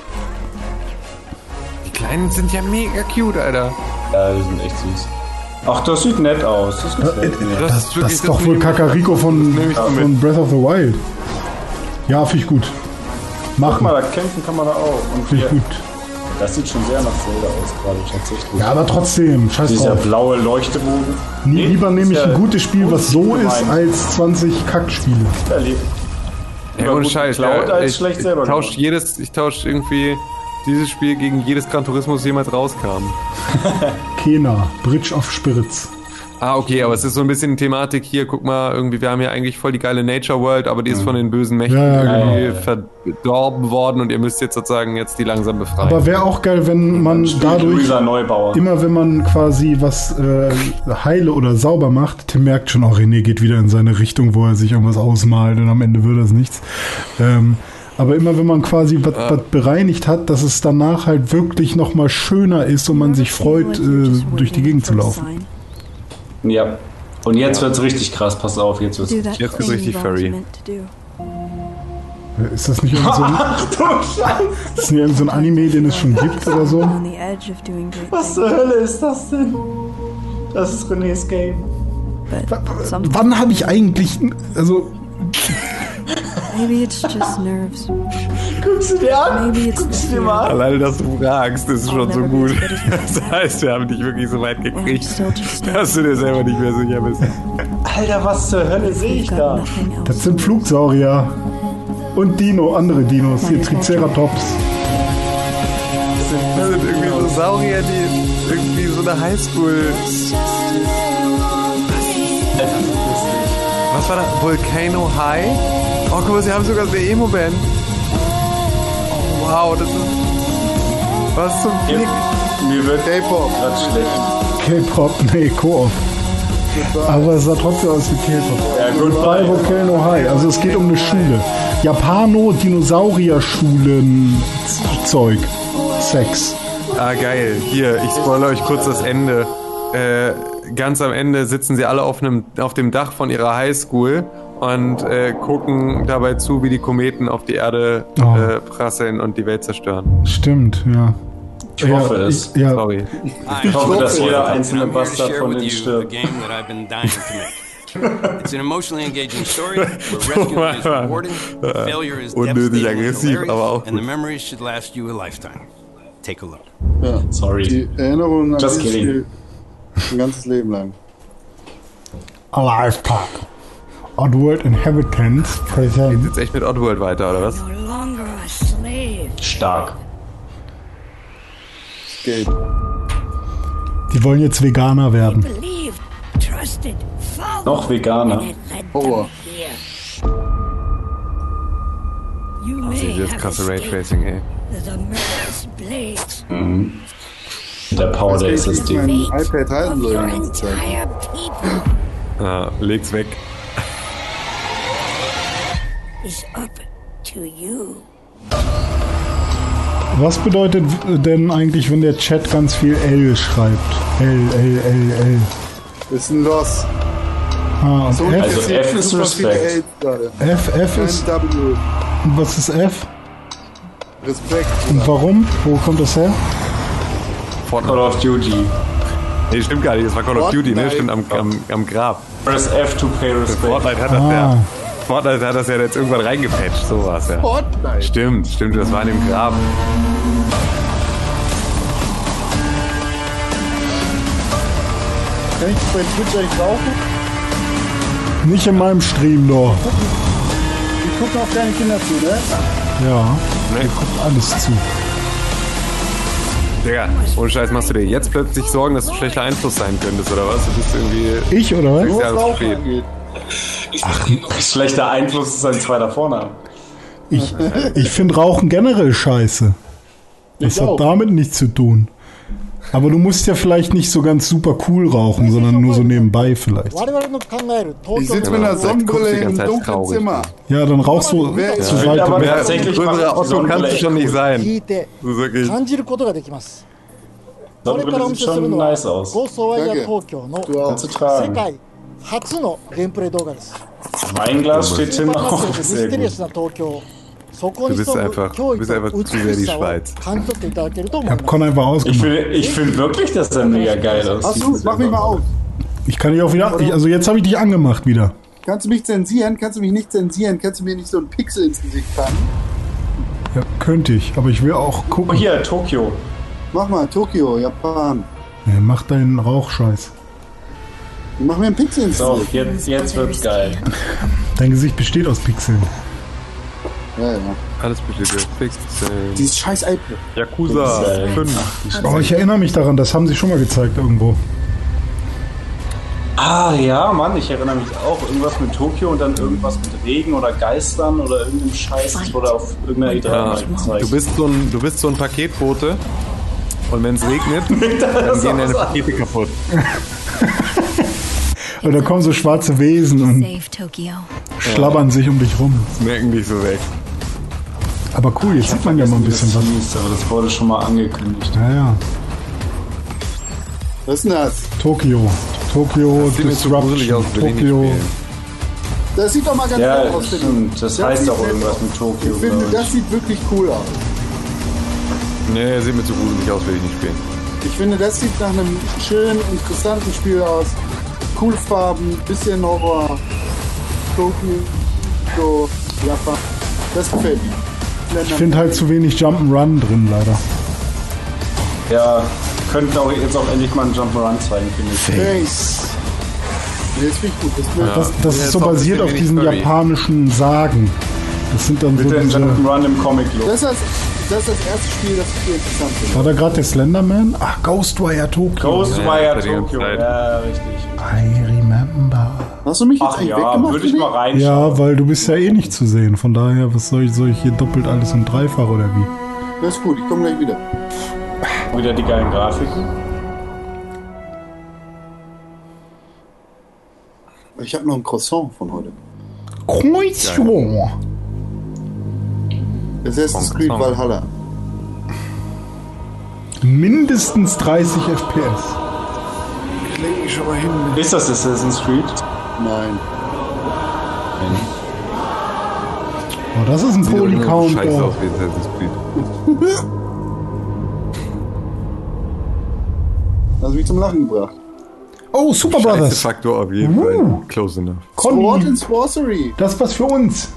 Die Kleinen sind ja mega cute, Alter. Ja, die sind echt süß. Ach, das sieht nett aus. Das gefällt mir. Das, das, das ist doch wohl Kakariko von, von Breath of the Wild. Ja, finde ich gut. Machen. Guck mal, da kämpfen kann man da auch. Finde ich gut. Das sieht schon sehr nach Zelda aus gerade, tatsächlich. Ja, aber trotzdem, scheiß Dieser drauf. blaue Leuchtebogen. Nie, lieber nehme ich ein gutes Spiel, was so ist, als zwanzig Kackspiele. Ja, lieb. Ja, ohne Scheiß. Cloud Ja, als ich, schlecht ich selber tausch jedes, ich tausche irgendwie dieses Spiel gegen jedes Gran Turismo, das jemals rauskam. Kena, Bridge of Spirits. Ah, okay, aber es ist so ein bisschen Thematik hier, guck mal, irgendwie, wir haben hier eigentlich voll die geile Nature World, aber die ist von den bösen Mächten Ja, ja, irgendwie genau. verdorben worden und ihr müsst jetzt sozusagen jetzt die langsam befreien. Aber wäre auch geil, wenn man dadurch, Luisa Neubauer. immer wenn man quasi was äh, heile oder sauber macht, Tim merkt schon, auch René geht wieder in seine Richtung, wo er sich irgendwas ausmalt und am Ende wird das nichts. Ähm, aber immer wenn man quasi was Ja. bereinigt hat, dass es danach halt wirklich nochmal schöner ist und man sich freut, äh, durch die Gegend zu laufen. Ja. Und jetzt wird's richtig krass, pass auf, jetzt wird's, Jetzt wird's richtig furry. Äh, Ist das nicht irgend so ein, Ach du Scheiße! ist das nicht irgend so ein Anime, den es schon gibt oder so? Was zur Hölle ist das denn? Das ist Renés Game. Wann habe ich eigentlich, also Maybe it's just nerves. Guckst du dir an? Maybe it's Guckst du dir mal an? Alleine, dass du fragst, ist schon so gut. Das heißt, wir haben dich wirklich so weit gekriegt, dass du dir selber nicht mehr sicher bist. Alter, was zur Hölle sehe ich da? das sind Flugsaurier und Dino, andere Dinos, hier Triceratops. Das sind, das sind irgendwie so Saurier, die irgendwie so eine Highschool... Was war da? Volcano High? Oh, guck mal, sie haben sogar eine Emo-Band. Oh, wow, das ist... Was zum Flick? Mir wird K-Pop gerade schlecht. K-Pop, nee, Koop. Aber es sah trotzdem aus wie K-Pop. Ja, gut, Bei Volcano High, also es geht um eine Schule. Japano-Dinosaurier-Schulen-Zeug. Sex. Ah, geil. Hier, ich spoilere euch kurz das Ende. Äh, ganz am Ende sitzen sie alle auf, einem, auf dem Dach von ihrer Highschool und äh, gucken dabei zu, wie die Kometen auf die Erde Oh. äh, prasseln und die Welt zerstören. Stimmt, ja. Ich hoffe es. Ja, Sorry. Ich hoffe, dass jeder einzelne Bastard von denen stirbt. It's an emotionally engaging story where rescue is rewarding, failure is Unnötig devastating and aggressiv, hilarious, aber auch and the gut. memories should last you a lifetime. Take a look. Ja. Sorry. Die Erinnerungen an Just dieses kidding. Spiel ein ganzes Leben lang. a lifetime. Oddworld Inhabitants present. Jetzt echt mit Oddworld weiter, oder was? No longer a slave. Stark. Geht. Die wollen jetzt Veganer werden. Believed, trusted, followed. Noch Veganer. And it led them Horror. here. You Oh, may sie das have krasse escaped Raytracing, ey. the murderous blades Mhm. Der Power der Jetzt S S ich mein D. iPad halten of soll your die ganze Zeit. entire people Ah, leg's weg. is up to you. Was bedeutet denn eigentlich, wenn der Chat ganz viel L schreibt? L, L, L, L. Ist ein Loss. Ah, und So, F? Also jetzt F ist super viele Respekt. Ls gerade. F, F ist... Kein W. Und was ist F? Respekt. Und warum? Wo kommt das her? Call of Duty. Nee, stimmt gar nicht, das war Call of Duty, ne? Stimmt, am, am, am Grab. Press F to pay respect. Fortnite hat das Ah. ja. Fortnite hat das ja jetzt irgendwann reingepatcht, so war's ja. Fortnite. Stimmt, stimmt, das war in dem Grab. Kann ich bei Twitch eigentlich rauchen? Nicht in meinem Stream, doch. Die gucken auf deine Kinder zu, ne? Ja. Nee. Hier kommt alles zu. Digga, ohne Scheiß, machst du dir jetzt plötzlich Sorgen, dass du schlechter Einfluss sein könntest, oder was? Du bist irgendwie... Ich, oder was? sechs Jahre zu spät. Ach, schlechter Einfluss ist ein zweiter Vorname. Ich, ich finde Rauchen generell scheiße. Das Ich hat auch. damit nichts zu tun. Aber du musst ja vielleicht nicht so ganz super cool rauchen, sondern nur so nebenbei vielleicht. Ich sitze mit einer Sonnenbrille im dunklen traurig. Zimmer. Ja, dann rauchst du Wer- zu Ja, weit aber weg. tatsächlich Größere macht die Otto Sonnenbrille kannst du echt schon nicht cool. sein. 聞いて Das ist wirklich... 感じることができます。これ Sonnenbrille からお見 sieht せする schon のは nice aus. ゴーストワイヤー Danke. 東京の Du auch. Kannst du 世 tragen. 界初のゲームプレイ動画です。 Mein Glas steht スー Tim パーマッ auch チョでミ sehr ステリア gut. スな東京、そこ Du に bist 潜む einfach, 脅 du 威 bist と einfach zu 美 sehr し die さを Schweiz. 感じ取っていただけると思い Ich ま hab す。 Con einfach Ich ausgemacht. finde ich find wirklich, dass der mega geil aussieht. Achso, mach mich mal auf. Ich kann dich auch wieder. Ich, also jetzt habe ich dich angemacht wieder. Kannst du mich zensieren? Kannst du mich nicht zensieren? Kannst du mir nicht so einen Pixel ins Gesicht packen? Ja, könnte ich, aber ich will auch Oh, gucken. hier, Tokio. Mach mal, Tokio, Japan. Ja, mach deinen Rauchscheiß. Mach mir einen Pixel ins So, Gesicht. jetzt, jetzt wird's geil. Dein Gesicht besteht aus Pixeln. Ja, ja. Alles besteht jetzt. Pixel. Dieses scheiß iPad. Yakuza Pixel. fünf. Oh, ich erinnere mich daran, das haben sie schon mal gezeigt irgendwo. Ah ja, Mann, ich erinnere mich auch. Irgendwas mit Tokio und dann irgendwas mit Regen oder Geistern oder irgendeinem Scheiß. Das wurde auf irgendeiner E drei Ja, mal gezeigt. du bist so ein, du bist so ein Paketbote und wenn es regnet, dann gehen deine Pakete kaputt. Und da kommen so schwarze Wesen und Save Tokyo. schlabbern sich um dich rum. Das merken dich so weg. Aber cool, jetzt sieht man ja mal ein bisschen was. hieß, aber das wurde schon mal angekündigt. Ja, ja. Was ist denn das? Tokio. Tokio, Das sieht mir zu gruselig aus, Disruption. will ich nicht Tokio. spielen. Das sieht doch mal ganz Ja, nett aus, finde stimmt. ich. Das heißt sieht auch nett irgendwas aus. mit Tokio, Ich finde, glaub ich. das sieht wirklich cool aus. Nee, sieht mir zu gruselig aus, will ich nicht spielen. Ich finde, das sieht nach einem schönen, interessanten Spiel aus. Coole Farben, bisschen Horror. Tokio, so, Japan. Das gefällt mir. Ich finde halt zu wenig Jump'n'Run drin, leider. Ja, könnten auch jetzt auch endlich mal einen Jump'n'Run zeigen, finde ich. Face. Nee, das finde ich gut. Das gefällt Das, das Ja, ist so ist auch ein basiert bisschen auf wenig diesen Story. japanischen Sagen. Das sind dann so Bitte ein diese... Jump'n'Run im Comic-Look. Das ist das, das ist das erste Spiel, das ich hier interessant finde. War da gerade der Slenderman? Ach, Ghostwire Tokyo. Ghostwire Ja, die ganze Tokyo, Zeit. ja, richtig. I remember. Hast du mich jetzt Ach eigentlich ja, weggemacht? würde ich mal René? reinschauen. Ja, weil du bist ja eh nicht zu sehen. Von daher, was soll ich, soll ich hier doppelt alles und dreifach oder wie? Das ist gut, ich komme gleich wieder. Wieder die geilen Grafiken. Ich habe noch ein Croissant von heute. Kreuzchen. Assassin's Creed Croissant. Valhalla. Mindestens dreißig F P S. Leg mich schon mal hin. Ist das Assassin's Creed? Nein. Oh, das ist ein Sieht doch immer so Polycount. scheiße Oh. aus wie Assassin's Creed. Hast mich zum Lachen gebracht. Oh, Super Scheiße Brothers. Faktor auf jeden Uh. Fall. Close enough. Sword Conny, and Sorcery. das ist was für uns.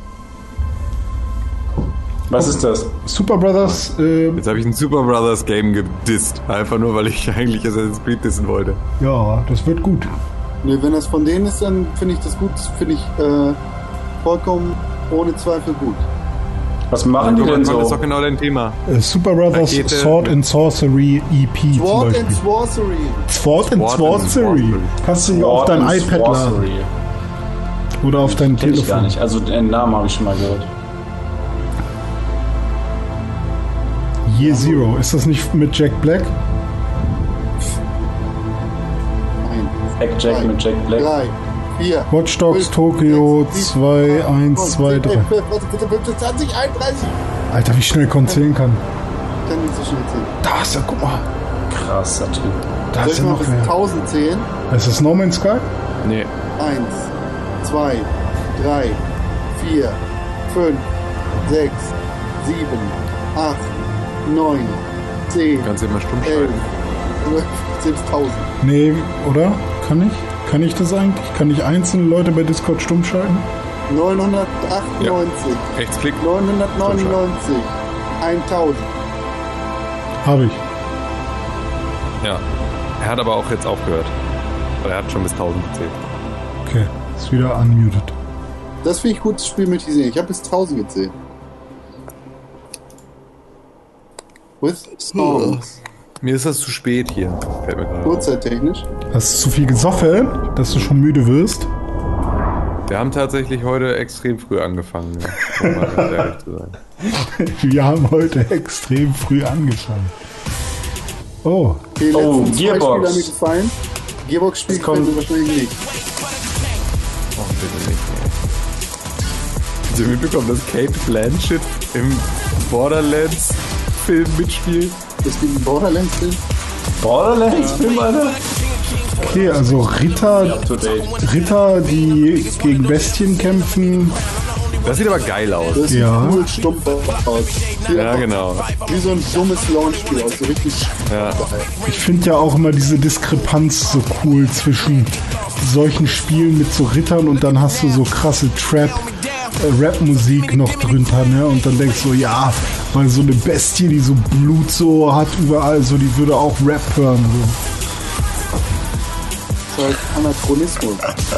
Was ist das? Super Brothers, äh, Jetzt habe ich ein Super Brothers Game gedisst. Einfach nur, weil ich eigentlich Assassin's Creed dissen wollte. ja, das wird gut. Ne, wenn das von denen ist, dann finde ich das gut. Das finde ich äh, vollkommen ohne Zweifel gut. Was machen die Guck mal, denn Das ist so? doch genau dein Thema. Äh, Super Brothers Pakete Sword and Sorcery E P zum Sword and Beispiel. Sorcery. Sword and Sword and Sorcery. Sorcery. Kannst du hier auf dein Sword and iPad laden. Sorcery. Oder auf dein Kenn ich gar Telefon. nicht. Also den Namen habe ich schon mal gehört. Year Zero. Ist das nicht mit Jack Black? Nein. Blackjack mit Jack Black. Drei, vier. Watch Dogs fünf, Tokyo sechs, zwei, sieben, eins, acht, zwei, neun, drei. zehn, elf, zwölf, zwanzig, einunddreißig. Alter, wie schnell Con zählen kann. Ich kann nicht so schnell zählen. Da ist er, guck mal. Krasser Typ. Da Soll ist ich er mal noch bis mehr. tausend zählen? Ist das No Man's Sky? Nee. Eins, zwei, drei, vier, fünf, sechs, sieben, acht, neun, zehn, Kannst du immer stumm elf, schalten. zwölf, selbst tausend. Nee, oder? Kann ich? Kann ich das eigentlich? Kann ich einzelne Leute bei Discord stumm schalten? neunhundertachtundneunzig, Rechtsklick. neunhundertneunundneunzig, tausend. Habe ich. Ja. Er hat aber auch jetzt aufgehört. Weil er hat schon bis tausend gezählt. Okay, ist wieder unmuted. Das finde ich gut, das Spiel möchte ich sehen. Ich habe bis tausend gezählt. With songs. Mir ist das zu spät hier. Fällt mir gerade auf. Uhrzeittechnisch. Hast du zu viel gesoffen, dass du schon müde wirst? Wir haben tatsächlich heute extrem früh angefangen, ja. Um mal ganz ehrlich zu sein. Wir haben heute extrem früh angefangen. Oh. Die letzten Oh, zwei Gearbox. Spiele haben mir gefallen. Gearbox-Spiel kommt- gefällt mir wahrscheinlich nicht. Oh, bitte nicht, ey. Habt ihr mitbekommen, dass Kate Blanchett im Borderlands-Film mitspielt? Es gibt einen Borderlands-Film. Borderlands-Film, Alter? Okay, also Ritter, Up to date. Ritter, die gegen Bestien kämpfen. Das sieht aber geil aus. Das sieht Ja. cool stumpf aus. Sieht Ja, einfach genau. Wie so ein dummes Launch-Spiel aus. So richtig Ja. Ich finde ja auch immer diese Diskrepanz so cool zwischen solchen Spielen mit so Rittern und dann hast du so krasse Trap, äh, Rap-Musik noch drunter, ne? Und dann denkst du, ja, weil so eine Bestie, die so Blut so hat überall, so die würde auch Rap hören. So. Das ist halt Anachronismus.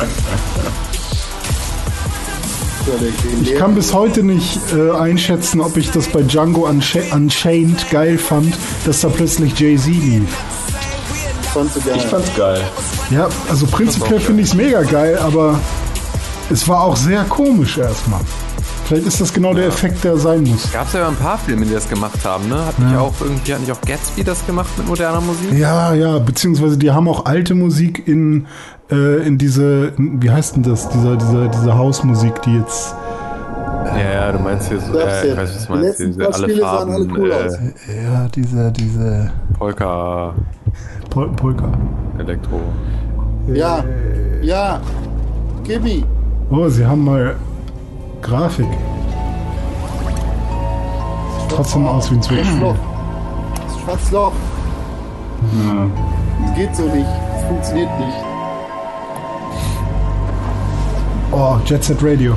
So, der Ich kann bis heute nicht äh, einschätzen, ob ich das bei Django Uncha- Unchained geil fand, dass da plötzlich Jay-Z lief. Fandst du geil? Ich fand's geil. Ja, also prinzipiell finde ich es mega geil, aber es war auch sehr komisch erstmal. Vielleicht ist das genau der Effekt, der sein muss. Gab es ja ein paar Filme, die das gemacht haben, ne? Hat nicht Ja. auch irgendwie, hat nicht auch Gatsby das gemacht mit moderner Musik? Ja, ja, beziehungsweise die haben auch alte Musik in, äh, in diese, wie heißt denn das, diese, diese, diese Hausmusik, die jetzt... Ja, ja, du meinst hier so, äh, ich weiß, was du Die meinst, letzten diese paar alle Spiele sahen alle Farben, cool aus. äh, Ja, diese, diese... Polka, Pol Polka. Elektro. Ja, ja. Gimme. Oh, sie haben mal Grafik. Sieht trotzdem aus wie ein Switch. Schwarzes Loch. Das Schwarzes Loch. Das geht so nicht. Das funktioniert nicht. Oh, Jet Set Radio.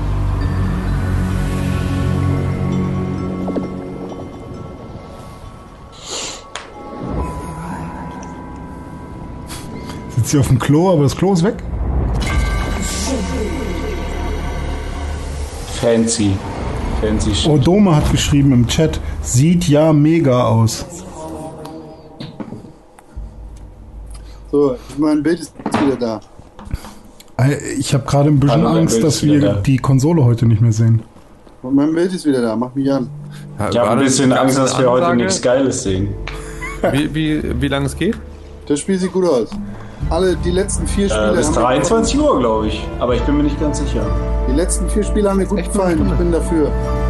Sitzt sie auf dem Klo, aber das Klo ist weg? Fancy. Fancy shit. Oh, Doma hat geschrieben im Chat, sieht ja mega aus. So, mein Bild ist wieder da. Ich habe gerade ein bisschen Hallo, dein Angst, Bild dass ist wieder wir da. die Konsole heute nicht mehr sehen. Und mein Bild ist wieder da. Mach mich an. Ich habe ein bisschen Angst, dass wir heute nichts Geiles sehen. Wie, wie, wie lange es geht? Das Spiel sieht gut aus. Alle, die letzten vier Spiele. Äh, bis haben mir dreiundzwanzig Uhr, glaube ich. Aber ich bin mir nicht ganz sicher. gefallen. Die letzten vier Spiele haben mir gut gefallen. Ich bin dafür.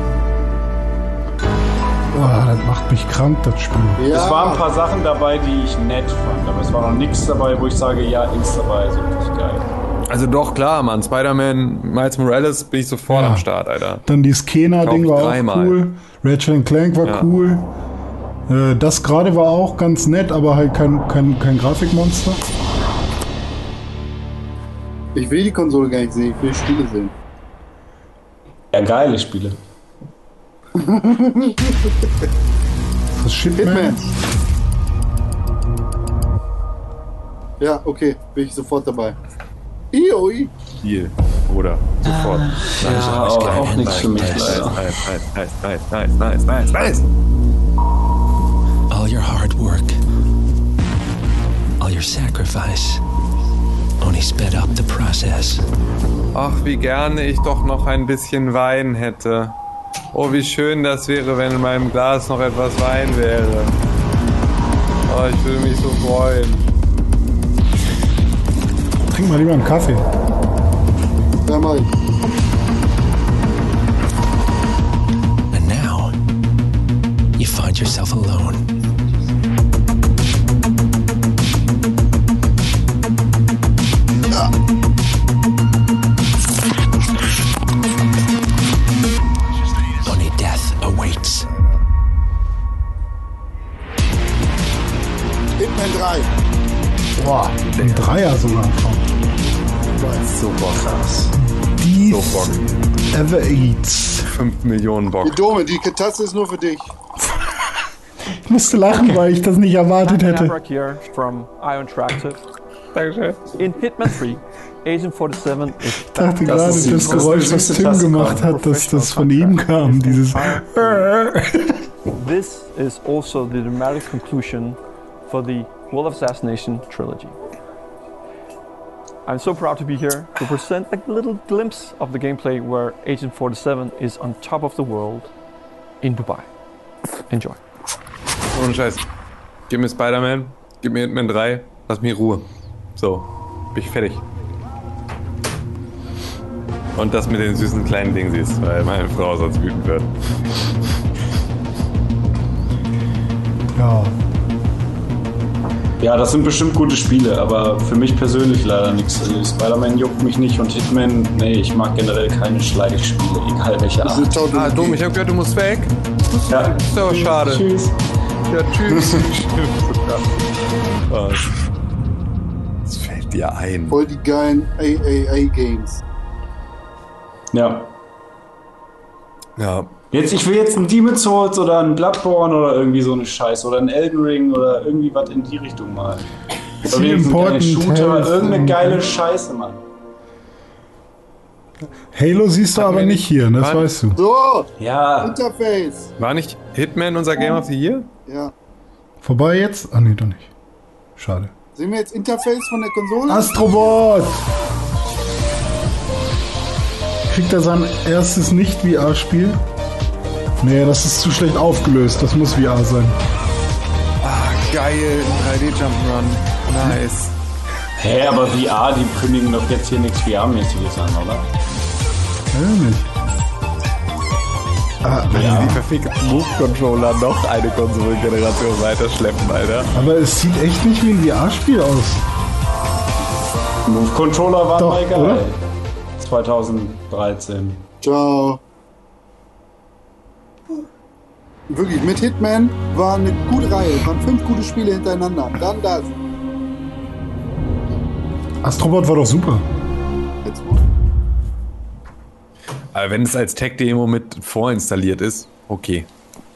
Oh, das macht mich krank, das Spiel. Ja. Es waren ein paar Sachen dabei, die ich nett fand. Aber es war noch nichts dabei, wo ich sage, ja, ist dabei. So richtig geil. Also doch, klar, Mann. Spider-Man, Miles Morales bin ich sofort Ja. am Start, Alter. Dann die Skena-Ding Kauf war auch dreimal. cool. Ratchet and Clank war Ja. cool. Äh, das gerade war auch ganz nett, aber halt kein, kein, kein Grafikmonster. Ich will die Konsole gar nicht sehen. Ich will die Spiele sehen. Ja, geile Spiele. Das Shitman. Hitman. Ja, okay. Bin ich sofort dabei. Ioi. Deal, Bruder. Sofort. Ja, auch, auch nichts für mich, Nice, leider. nice, nice, nice, nice, nice, nice, nice. All your hard work, all your sacrifice, only sped up the process. Ach, wie gerne ich doch noch ein bisschen Wein hätte. Oh, wie schön das wäre, wenn in meinem Glas noch etwas Wein wäre. Oh, ich würde mich so freuen. Trink mal lieber einen Kaffee. Ja, mach ich. And now, you find yourself alone. Only death awaits. Hitman drei. Boah, ein Dreier sogar schon. Super krass. Die So Bock. Ever Eats. fünf Millionen Bock. Die Dome, die Tasse ist nur für dich. Ich musste lachen, weil ich das nicht erwartet hätte. Abrak here from Ion Interactive. In Hitman three, Agent forty-seven is Ich dachte gerade, das, Geräusch, was Tim gemacht hat, dass das von ihm kam. Dieses. this is also the dramatic conclusion for the World of Assassination trilogy. I'm so proud to be here to present a little glimpse of the gameplay where Agent forty-seven is on top of the world in Dubai. Enjoy. Ohne Scheiß. Gib mir Spider-Man, gib mir Hitman drei, lass mich in Ruhe. So, bin ich fertig. Und das mit den süßen kleinen Dingen siehst, weil meine Frau sonst wütend wird. Ja. Ja, das sind bestimmt gute Spiele, aber für mich persönlich leider nichts. Also Spider-Man juckt mich nicht und Hitman, nee, ich mag generell keine Schleichspiele, egal welche Art. Ah, dumm, ich hab gehört, du musst weg. Ja. So, schade. Tschüss. Ja, tschüss. Was? Das fällt dir ein. Voll die geilen A A A-Games. Ja. Ja. Jetzt, ich will jetzt ein Demon's Souls oder ein Bloodborne oder irgendwie so eine Scheiße oder ein Elden Ring oder irgendwie was in die Richtung mal. Oder wenigstens ein Shooter, irgendeine geile Scheiße, Mann. Halo siehst du aber nicht hier, das War- weißt du. So, Ja. Interface. War nicht Hitman unser Game of the Year? Ja. Vorbei jetzt? Ah, nee, doch nicht. Schade. Sehen wir jetzt Interface von der Konsole? Astrobot! Kriegt er sein erstes Nicht-V R-Spiel? Nee, das ist zu schlecht aufgelöst. Das muss V R sein. Ah, geil. drei D Jump'n'Run. Nice. Hä, hey, aber V R, die kündigen doch jetzt hier nichts V R-mäßiges an, oder? Ja, nicht. Ah, Wenn ja. die verfickten Move-Controller noch eine Konsolengeneration weiterschleppen, Alter. Aber es sieht echt nicht wie ein V R-Spiel aus. Move-Controller waren Doch, mal geil. oder? zweitausenddreizehn. Ciao. Wirklich, mit Hitman war eine gute Reihe. Waren fünf gute Spiele hintereinander. Dann das. Astrobot war doch super. Jetzt mal. Aber wenn es als Tech-Demo mit vorinstalliert ist, okay.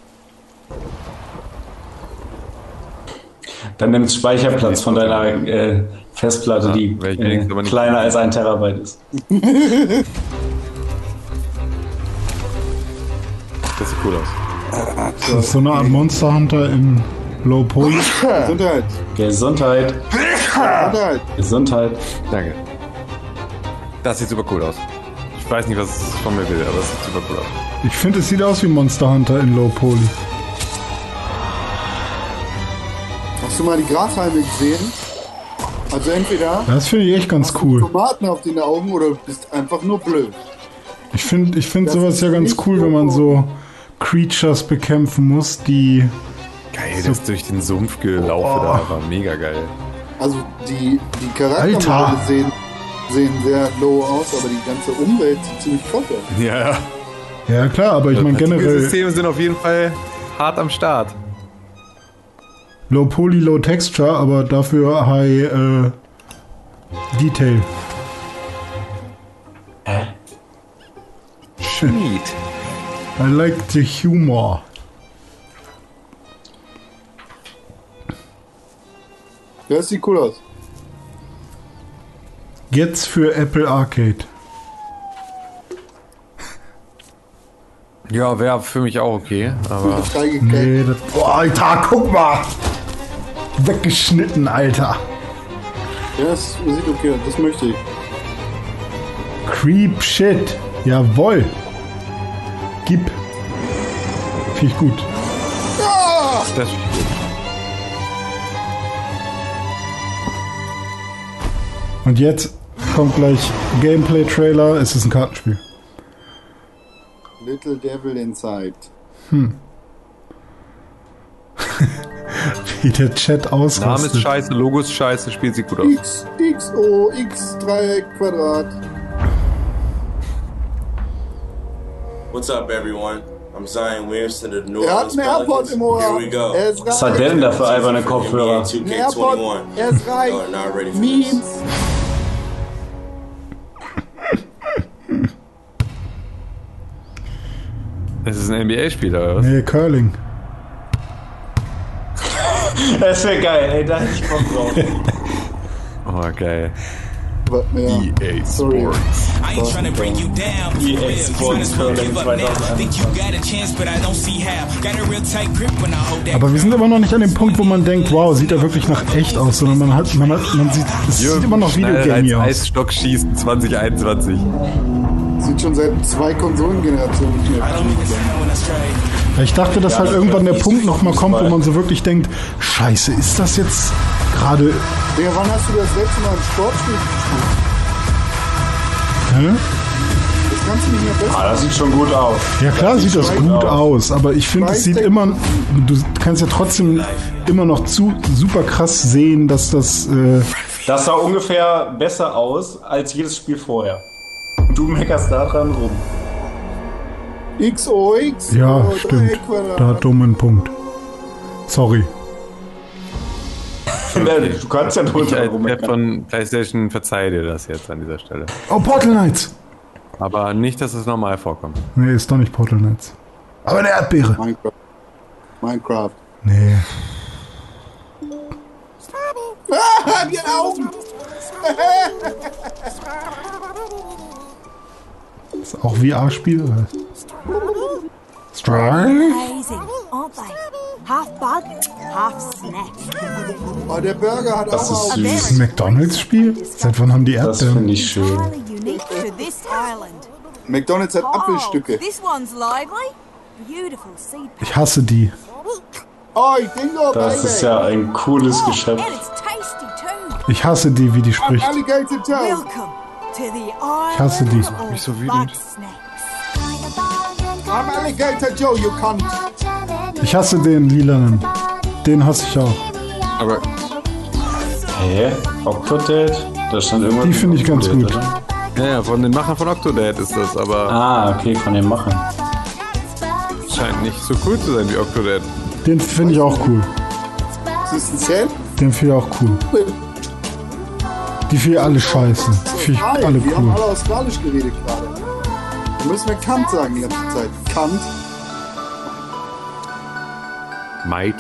Dann nimmt Speicherplatz von deiner äh, Festplatte, Ja, die weil ich äh, wenigstens aber nicht- kleiner als ein Terabyte ist. Das sieht cool aus. Das ist so eine Art Monster Hunter in Low Poly. Gesundheit. Gesundheit. Gesundheit. Gesundheit. Danke. Das sieht super cool aus. Ich weiß nicht, was es von mir will, aber es sieht super cool aus. Ich finde, es sieht aus wie Monster Hunter in Low Poly. Hast du mal die Grashalme gesehen? Also entweder Das finde ich echt ganz hast du cool. Tomaten auf den Augen oder bist einfach nur blöd. Ich finde ich find Das sowas ja ist ganz nicht cool, so wenn man cool. so Creatures bekämpfen muss, die... Geil, das durch den Sumpf gelaufen Oh. da war mega geil. Also die, die Charaktermodelle Alter. sehen, sehen sehr low aus, aber die ganze Umwelt sieht ziemlich krass aus. Ja, ja. Ja klar, aber ich meine Die generell Systeme sind auf jeden Fall hart am Start. Low Poly, Low Texture, aber dafür High äh, Detail. Shit. Neat. I like the humor. Ja, das sieht cool aus. Jetzt für Apple Arcade. Ja, wäre für mich auch okay, aber Nee, das. Boah, Alter, guck mal! Weggeschnitten, Alter. Ja, das sieht okay aus. Das möchte ich. Creep Shit. Jawoll. Gib. Finde ich gut. Ah! das ist gut. Und jetzt kommt gleich Gameplay-Trailer. Es ist ein Kartenspiel. Little Devil Inside. Hm. Wie der Chat ausrastet. Name ist scheiße, Logo ist scheiße, Spiel sieht gut aus. X, X, O, X, Dreieck, Quadrat. What's up, everyone? I'm Zion Williamson of the New Er hat Orleans einen AirPod Pelicans. im Ohr. Here we go. Er ist Was hat der denn da für alberne Kopfhörer? two Ein K AirPod. twenty-one. Er ist reich. Y'all are not ready for this. Memes. Es ist ein N B A-Spiel, oder was? Nee, Curling. Das wäre geil, ey, da hätte ich Bock drauf. Oh, geil. Ja. E A Sorry. Sports. E A Sports Curling zweitausendeins. Aber wir sind immer noch nicht an dem Punkt, wo man denkt, wow, sieht er wirklich nach echt aus, sondern man hat, man hat, man sieht, es sieht immer noch Videogame aus. Eisstockschießen zwanzig einundzwanzig. Sieht schon seit zwei Konsolengenerationen nicht mehr. Ich dachte, dass halt irgendwann der Punkt nochmal kommt, wo man so wirklich denkt, scheiße, ist das jetzt gerade... Digga, wann hast du das letzte Mal ein Sportspiel gespielt? Hä? Das kannst du nicht mehr besser. Ah, das sieht schon gut aus. Ja klar sieht das gut aus, aber ich finde, es sieht immer... Du kannst ja trotzdem immer noch zu super krass sehen, dass das... Äh Das sah ungefähr besser aus als jedes Spiel vorher. Und du meckerst da dran rum. X O X? Ja, oh, stimmt. Da hat dummen Punkt. Sorry. Du kannst ja nur ich als Chef von PlayStation verzeih dir das jetzt an dieser Stelle. Oh, Portal Knights! Aber nicht, dass es normal vorkommt. Nee, ist doch nicht Portal Knights. Aber eine Erdbeere. Minecraft. Minecraft. Nee. Ah, die Augen! Ist auch V R-Spiel? Strike? Amazing, aren't they? Half bug, half snack. Oh, der Burger hat das auch ist Das ist ein McDonalds-Spiel? Seit wann haben die Erdbeeren? Das finde ich schön. Unique to this island. McDonalds hat Apfelstücke. This one's lively. Beautiful seed. Ich hasse die. Oh, ich Dingo, Das ist ja ein cooles Geschäft. And it's tasty too. Ich hasse die, wie die spricht. Alligator Toad. Welcome to the Ich hasse die. island Nicht so of wütend. bug snacks. I'm Alligator Joe, you cunt. Ich hasse den lilanen. Den hasse ich auch. Aber Hä? Octodad? Da stand irgendwas. Die finde ich ganz gut. ja, ja, von den Machern von Octodad ist das, aber Ah, okay, von den Machern. scheint nicht so cool zu sein wie Octodad. Den finde ich auch cool. Ist das ein Zelt? Den finde ich auch cool. Die finde ich alle scheiße. Finde ich Nein, alle wir haben cool. alle Australisch geredet gerade. Da müssen wir Kant sagen die ganze Zeit. Kant. Might.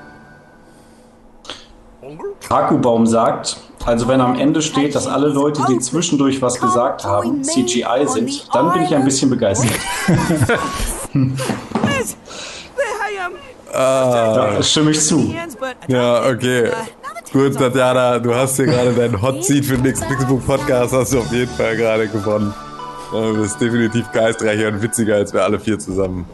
Kakubaum sagt, also wenn am Ende steht, dass alle Leute, die zwischendurch was gesagt haben, C G I sind, dann bin ich ein bisschen begeistert. Ah. Da stimme ich zu. Ja, okay. Gut, Tatjana, du hast hier gerade deinen Hot Seat für den nächsten Pixelbook Podcast, hast du auf jeden Fall gerade gewonnen. Du bist definitiv geistreicher und witziger als wir alle vier zusammen.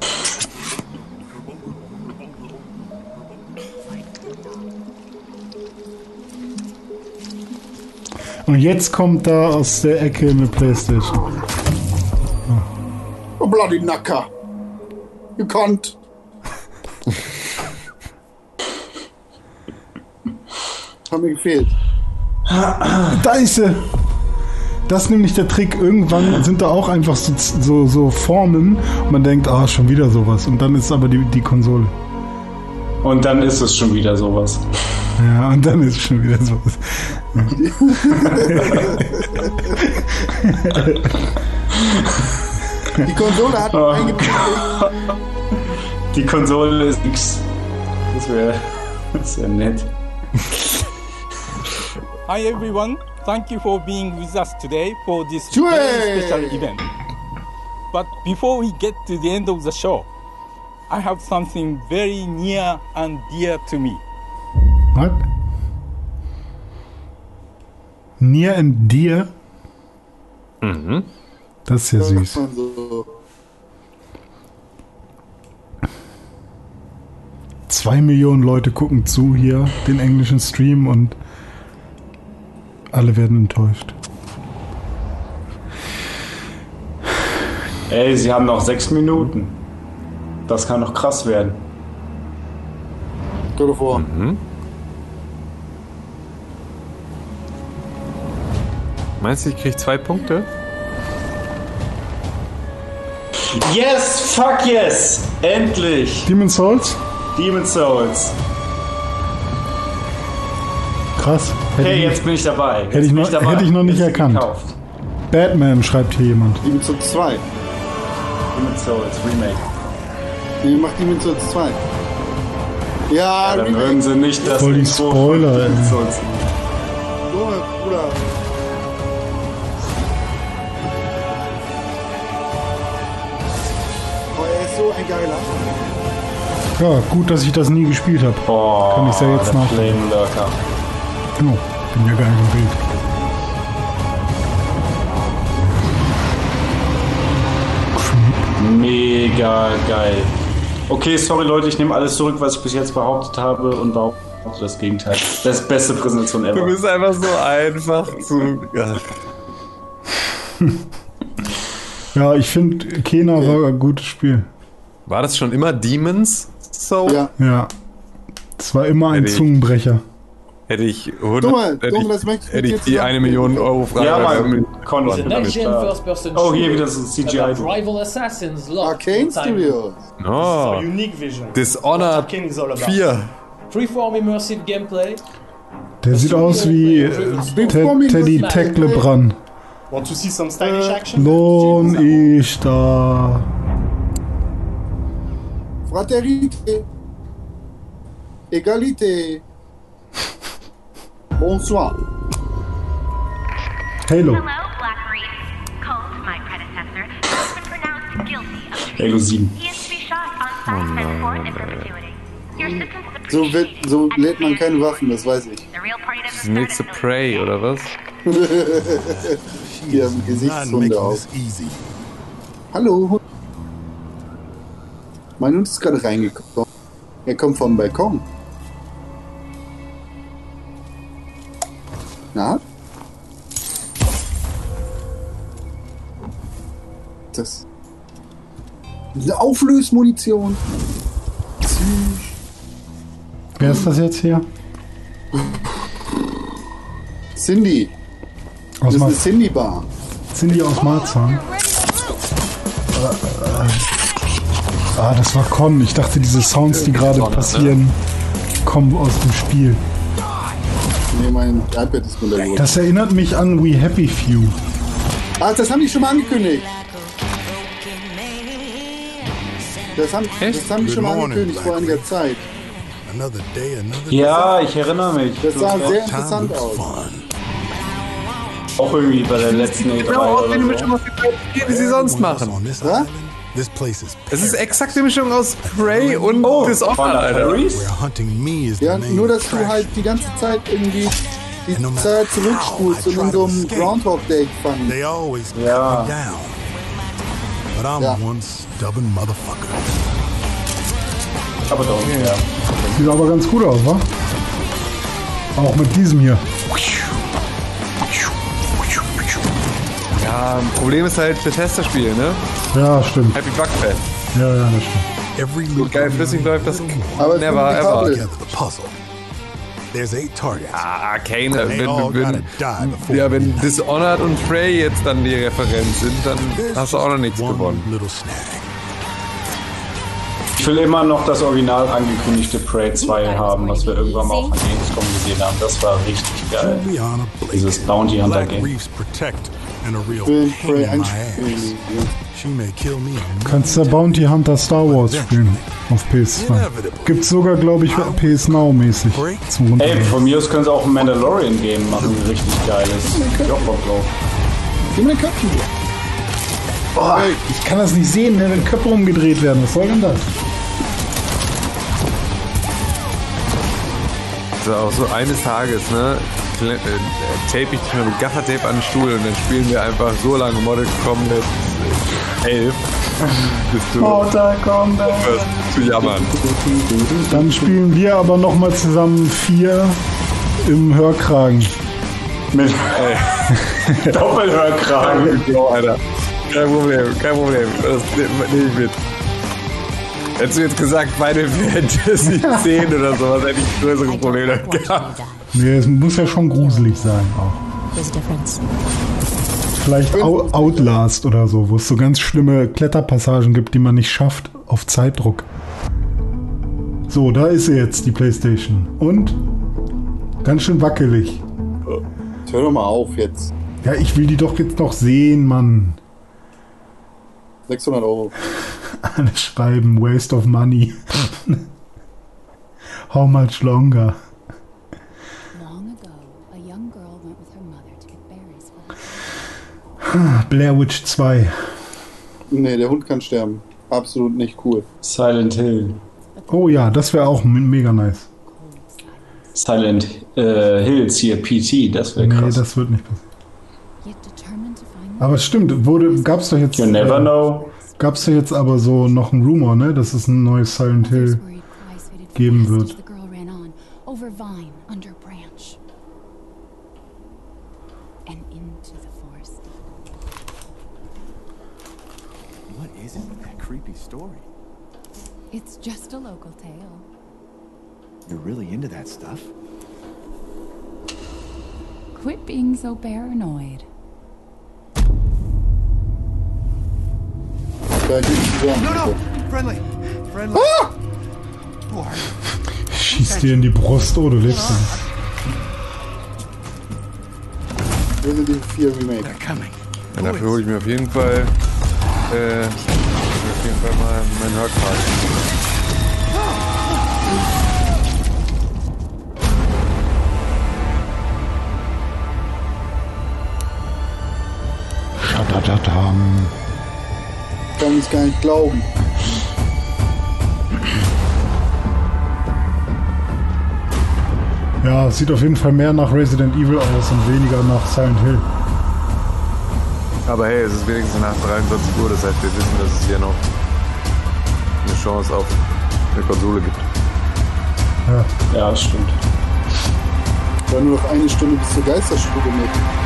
Und jetzt kommt da aus der Ecke eine Playstation. Oh, bloody Nacker. You can't. Hat mir gefehlt. Da ist sie! Das ist nämlich der Trick. Irgendwann sind da auch einfach so, so, so Formen und man denkt, ah, schon wieder sowas. Und dann ist aber die, die Konsole. Und dann ist es schon wieder sowas. Ja, und dann ist es schon wieder sowas. Die Konsole hat Oh. eingebaut. Die Konsole ist nix. Das wäre das wär nett. Hi everyone, thank you for being with us today for this Sure. very special event. But before we get to the end of the show, I have something very near and dear to me. What? Near and dear? Mhm. Das ist ja süß. So. Zwei Millionen Leute gucken zu hier, den englischen Stream, und alle werden enttäuscht. Ey, sie haben noch sechs Minuten. Das kann doch krass werden. Stell dir vor. Mhm. Meinst du, ich krieg zwei Punkte? Yes, fuck yes! Endlich! Demon's Souls? Demon's Souls. Krass. Hätte Hey, ich jetzt bin ich dabei. Jetzt hätte, ich bin noch, dabei. hätte ich noch nicht Ist erkannt. gekauft. Batman schreibt hier jemand. Demon's Souls zwei. Demon's Souls Remake. Wie macht Demon's Souls zwei? Ja, Ja, dann Remake. mögen sie nicht, dass Voll die Intro Spoiler, von ey. Demon's Souls sind. Junge, Bruder. ist so ein geiler. Ja, gut, dass ich das nie gespielt habe. Oh, kann ich ja jetzt nach. Flame Lurker. Oh, bin ja gar nicht im Bild. Mega geil. Okay, sorry Leute, ich nehme alles zurück, was ich bis jetzt behauptet habe und behaupte das Gegenteil. Das ist die beste Präsentation ever. Du bist einfach so einfach zu... Ja, ja ich finde, Kena okay. war ein gutes Spiel. War das schon immer Demon's Soul? Ja. Ja. Das war immer ein hätte Zungenbrecher. Ich, hätte ich hundert, Dumme, hätte dumme, ich, das hätte ich die eine Million Euro Frage. Ja, Mann. Oh, hier wieder so ein C G I. Arcane Studios. Oh. Unique vision. Dishonored vier. Freeform immersive gameplay. Der sieht aus wie äh, Te Teddy Tecklebrand. Want to see some stylish action? Lohn ich da. Fraternité. Égalité. Bonsoir. Halo. Halo sieben. So, wird, so lädt man keine Waffen, das weiß ich. Das nächste Prey, oder was? Die haben Gesichtshunde auf. Hallo Hund. Mein Hund ist gerade reingekommen. Er kommt vom Balkon. Na? Das. Diese Auflösmunition. Wer ist das jetzt hier? Cindy. Aus das ist Mar eine Cindy-Bar. Cindy aus Marzahn. Ah, das war Con. Ich dachte, diese Sounds, die gerade passieren, kommen aus dem Spiel. Nee, mein iPad ist runtergerutscht. Das erinnert mich an We Happy Few. Ah, das haben die schon mal angekündigt. Das haben, das haben die schon mal angekündigt vor einiger Zeit. Ja, ich erinnere mich. Das sah sehr interessant aus. Auch irgendwie bei der letzten E drei Genau, oder die so. Mischung aus wie sie sonst machen. Was? Es ist exakt die Mischung aus Prey und Oh, Dishonored, waren da Alter. Harrys? Ja, nur dass du halt die ganze Zeit irgendwie die Zeit zurückspulst und in so einem Groundhog Day fand. Ja. But I'm Ja. one stubborn motherfucker. Aber doch, ja. Sieht aber ganz gut aus, wa? Auch mit diesem hier. Ja, Problem ist halt Bethesda-Spiel, ne? Ja, stimmt. Happy Bugfest. Ja, ja, das stimmt. Every So geil flüssig läuft das Aber es never sind die ever. Public. together the puzzle. There's eight targets. Ah, Kane, They wenn, all wenn, gotta die before ja, we wenn win. Dishonored und Prey jetzt dann die Referenz sind, dann There's hast du auch noch nichts one gewonnen. little snag. Ich will immer noch das original angekündigte Prey zwei haben, was wir irgendwann mal auf der Gamescom gesehen haben. Das war richtig geil. Juliana Blake. Dieses Bounty Hunter Black Game. Reef's protect and a real Will pain Prey in my einspielen. ass. She may kill me. Du kannst der Bounty Hunter Star Wars spielen auf P S zwei. Gibt's sogar, glaube ich, P S Now mäßig zum Ey, Runterladen. von mir aus können sie auch ein Mandalorian-Game machen, richtig geil ist. Ich hab auch Bock drauf. Gib mir ein Köpfchen. Oh, ich kann das nicht sehen, ne, wenn Köpfe umgedreht werden. Was soll denn das? Also auch so eines Tages, ne, kle- äh, tape ich dich mal mit Gaffertape an den Stuhl und dann spielen wir einfach so lange Mortal Kombat elf, bis du Mortal Kombat aufhörst zu jammern. Dann spielen wir aber nochmal zusammen vier im Hörkragen. Mit Doppelhörkragen. Alter. Kein Problem, kein Problem. Das nehme ich mit. Hättest du jetzt gesagt, Final Fantasy zehn oder sowas, hätte ich größere Probleme gehabt. Nee, es muss ja schon gruselig sein auch. There's a difference. Vielleicht Au- Outlast oder so, wo es so ganz schlimme Kletterpassagen gibt, die man nicht schafft auf Zeitdruck. So, da ist sie jetzt, die PlayStation. Und? Ganz schön wackelig. Hör doch mal auf jetzt. Ja, ich will die doch jetzt noch sehen, Mann. sechshundert Euro. Alle schreiben, waste of money. How much longer? Long ago, a young girl went with her mother to get berries for her. Blair Witch zwei. Nee, der Hund kann sterben. absolut nicht cool. Silent Hill. Oh ja, das wäre auch mega nice. Silent äh, Hills hier, P T, das wäre krass. Nee, das wird nicht passieren. Aber es stimmt, wurde, gab's doch jetzt... You never äh, know. Gab's doch jetzt aber so noch ein Rumor, ne, dass es ein neues Silent Hill geben wird. What is it with that creepy story? It's just a local tale. You're really into that stuff? Quit being so paranoid. No, no! Friendly! Friendly! Ah! Schieß dir in die Brust, oh, du lebst ja nicht. Resident vier Remake. Ja, dafür hole ich mir auf jeden Fall äh, auf jeden Fall mal meinen Hörgrad. Schadadatam. Ich kann es gar nicht glauben. Ja, es sieht auf jeden Fall mehr nach Resident Evil aus und weniger nach Silent Hill. Aber hey, es ist wenigstens nach dreiundzwanzig Uhr, das heißt, wir wissen, dass es hier noch eine Chance auf eine Konsole gibt. Ja, ja, das stimmt. War nur noch eine Stunde bis zur Geisterstube mit.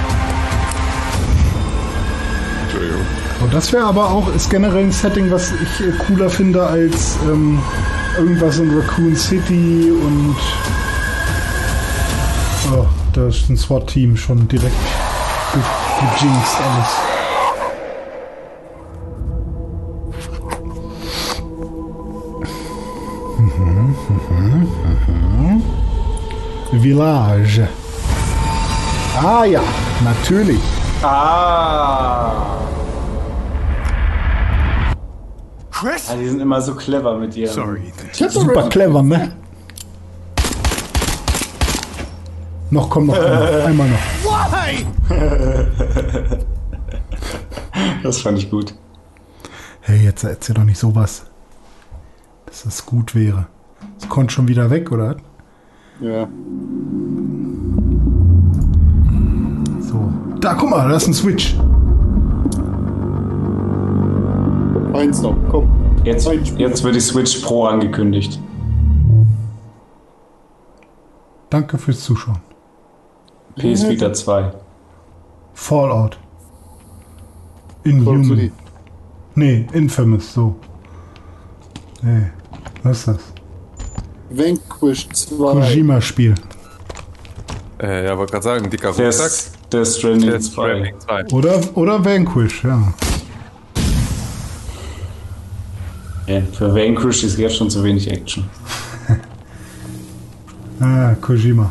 Entschuldigung. Oh, das wäre aber auch, ist generell ein Setting, was ich äh, cooler finde als ähm, irgendwas in Raccoon City und oh, da ist ein SWAT-Team schon direkt ge gejinxt alles. Mhm, mhm, mhm. Village. Ah ja, natürlich. Ah. Chris? Ja, die sind immer so clever mit dir. Sorry. Super clever, ne? Noch, komm noch, einmal, einmal noch. Why? Das fand ich gut. Hey, jetzt erzähl doch nicht sowas. Dass das gut wäre. Es konnte schon wieder weg, oder? Ja. So. Da, guck mal, da ist ein Switch. Eins noch, komm. Jetzt, jetzt wird die Switch Pro angekündigt. Danke fürs Zuschauen. P S Vita zwei. Fallout. Inhuman. Nee, Infamous, so. Nee, was ist das? Vanquish zwei. Kojima-Spiel. Äh, ja, wollte gerade sagen, dicker Rucksack. Death Stranding zwei. Oder, oder Vanquish, ja. Ja, für Vanquish ist jetzt schon zu wenig Action. Ah, Kojima.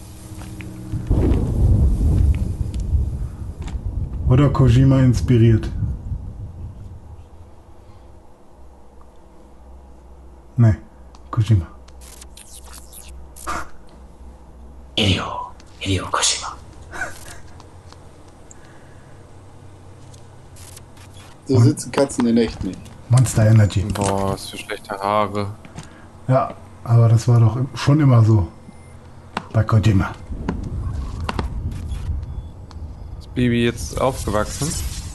Oder Kojima inspiriert. Nee, Kojima. Hideo. Hideo Kojima. So sitzen Katzen in echt nicht. Monster Energy. Boah, was für schlechte Haare. Ja, aber das war doch schon immer so. Bei Kojima. Ist Baby jetzt aufgewachsen?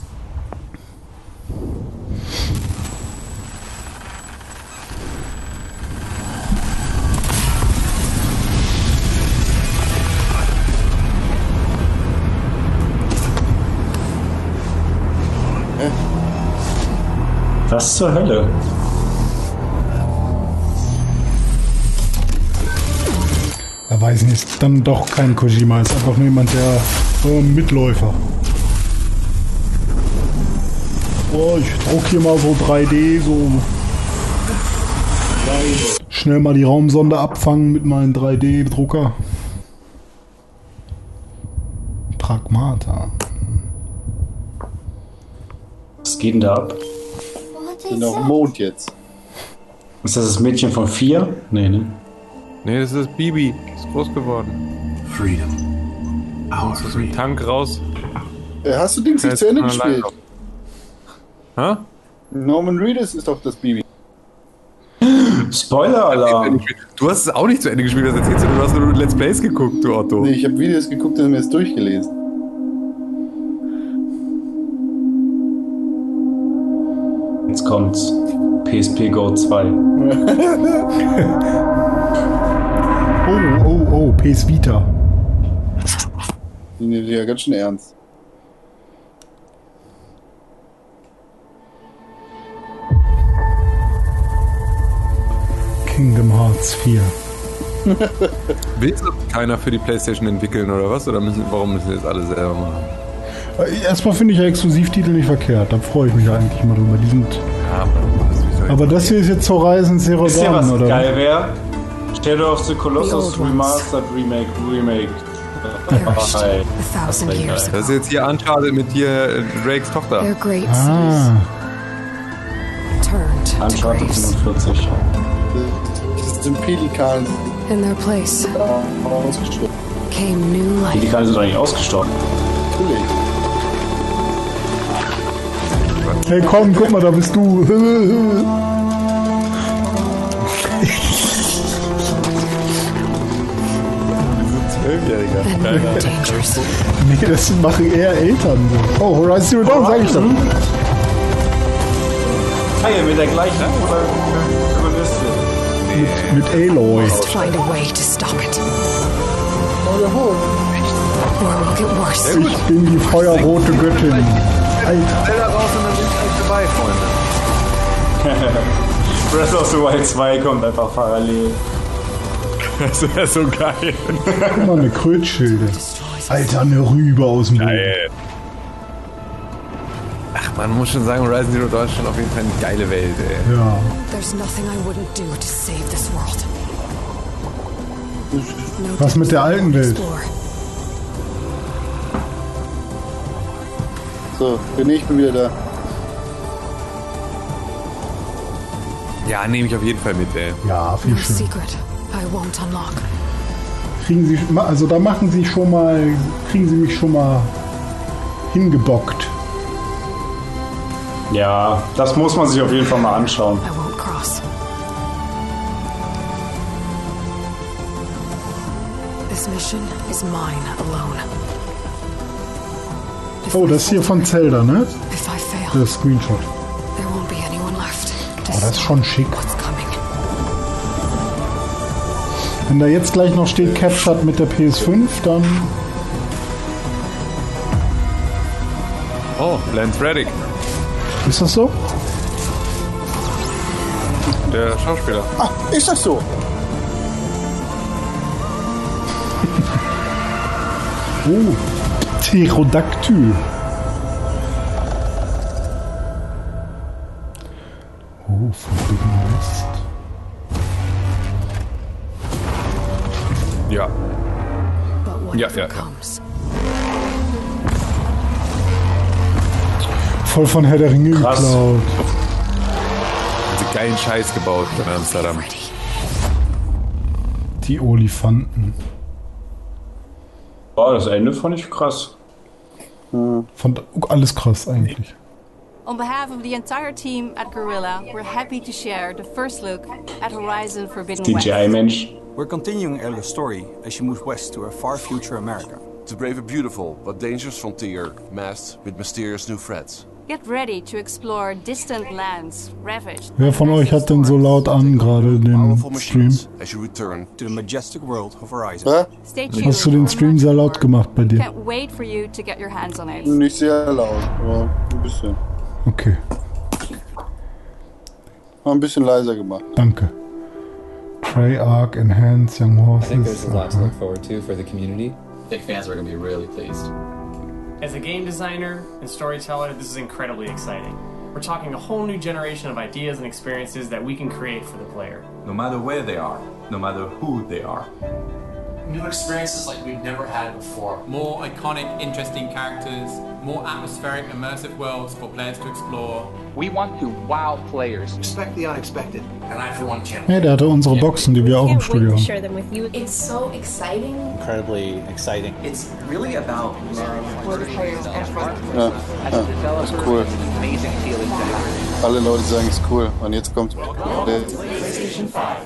Was zur Hölle? Er weiß nicht, dann doch kein Kojima, ist einfach nur jemand, der so ein Mitläufer. Oh, ich druck hier mal so drei D, so schnell mal die Raumsonde abfangen mit meinem drei D-Drucker. Pragmata. Was geht denn da ab? Sind auf dem Mond jetzt. Ist das das Mädchen von vier? Nee, ne? Nee, das ist Bibi. Ist groß geworden. Freedom. Our aus dem Tank raus. Äh, hast du Dings nicht zu Ende gespielt? Hä? Norman Reedus ist doch das Baby. Spoiler-Alarm. Du hast es auch nicht zu Ende gespielt, was erzählst du? Du hast nur Let's Plays geguckt, du Otto. Nee, ich habe Videos geguckt und mir das durchgelesen. Jetzt kommt's. P S P Go zwei. Oh, oh, oh, P S Vita. Die nehmen sich ja ganz schön ernst. Kingdom Hearts vier. Will das keiner für die PlayStation entwickeln oder was? Oder müssen, warum müssen wir das alle selber machen? Erstmal finde ich ja Exklusivtitel nicht verkehrt. Da freue ich mich ja eigentlich mal drüber. Die sind. Ja, aber, aber das hier ist jetzt Horizon Zero Wisst ihr, Dawn, was oder? Geil wäre? Shadow of the Colossus Remastered Remake Remake. Das ist jetzt hier Uncharted mit dir Drakes Tochter. They're great Ah. turned to Uncharted graves. fünfundvierzig. Das sind Pelikan. In their place Ausgestorben. came new life. Pelikane sind eigentlich ausgestorben. Natürlich. Hey komm, guck mal, da bist du. Zwölfjähriger. Nee, das machen eher Eltern so. Oh, Horizon Zero Dawn, sag ich doch. Ah ja, mit der gleichen Kulisse. Mit, mit Aloy. Must find a way to stop it. Or we'll get worse. Ich bin die feuerrote Göttin. Alter. Schnell da raus und dann sind wir gleich dabei, Freunde. Breath of the Wild zwei kommt einfach parallel. Das wäre so geil. Guck mal, eine Krötschilde. Alter, eine Rübe aus dem Boden. Geil. Ach, man muss schon sagen, Horizon Zero Dawn ist schon auf jeden Fall eine geile Welt, ey. Ja. There's nothing I wouldn't do to save this world. No Was mit der alten Welt? explore. So, bin ich bin wieder da. Ja, nehme ich auf jeden Fall mit, ey. Ja, viel No schön. secret I won't unlock. Kriegen Sie, also da machen Sie schon mal, kriegen Sie mich schon mal hingebockt. Ja, das muss man sich auf jeden Fall mal anschauen. I won't cross. This mission is mine alone. Oh, das ist hier von Zelda, ne? If I fail, Der Screenshot. there won't be anyone left to Oh, das ist schon schick. what's coming. Wenn da jetzt gleich noch steht Captured mit der P S fünf, dann... Oh, Lance Reddick, Ist das so? der Schauspieler. Ah, ist das so? Oh, Pterodactyl. Oh, Forbidden West. Ja. But Ja, whatever ja, ja. comes, Voll von Herr der Ringe Krass. geklaut. Diese geilen Scheiß gebaut in Amsterdam. Die Olifanten. Boah, das Ende fand ich krass. Fand alles krass eigentlich. On behalf of the entire team at Guerrilla, we're happy to share the first look at Horizon Forbidden D West. J I-Mensch. We're continuing Ella's story as she moves west to a far future America. To brave a beautiful but dangerous frontier masked with mysterious new threats. Get ready to explore distant lands ravaged. Wer von euch hat denn so laut an gerade den Stream? As you return to the majestic world of Horizon. Hä? Stay tuned. Hast du den Stream sehr laut gemacht bei dir? Can't wait for you to get your hands on it. Nicht sehr laut, aber ein bisschen. Okay, Mal ein bisschen leiser gemacht. danke. Treyarch, Enhance, Young I think there's Horses. a lot to Aha. look forward to for the community. Big fans are going to be really pleased. As a game designer and storyteller, this is incredibly exciting. We're talking a whole new generation of ideas and experiences that we can create for the player. No matter where they are, no matter who they are. new experiences like we've never had before. More iconic, interesting characters, more atmospheric, immersive worlds for players to explore. We want to wow players. Expect the unexpected. And I for one channel. Ja, der hatte unsere Boxen, die wir auch im Studio haben. Share them with you. It's so exciting. Incredibly exciting. It's really about For the players and for the Ja, ja, ist cool. Amazing feeling. Alle Leute sagen, ist cool. Und jetzt kommt der PlayStation five.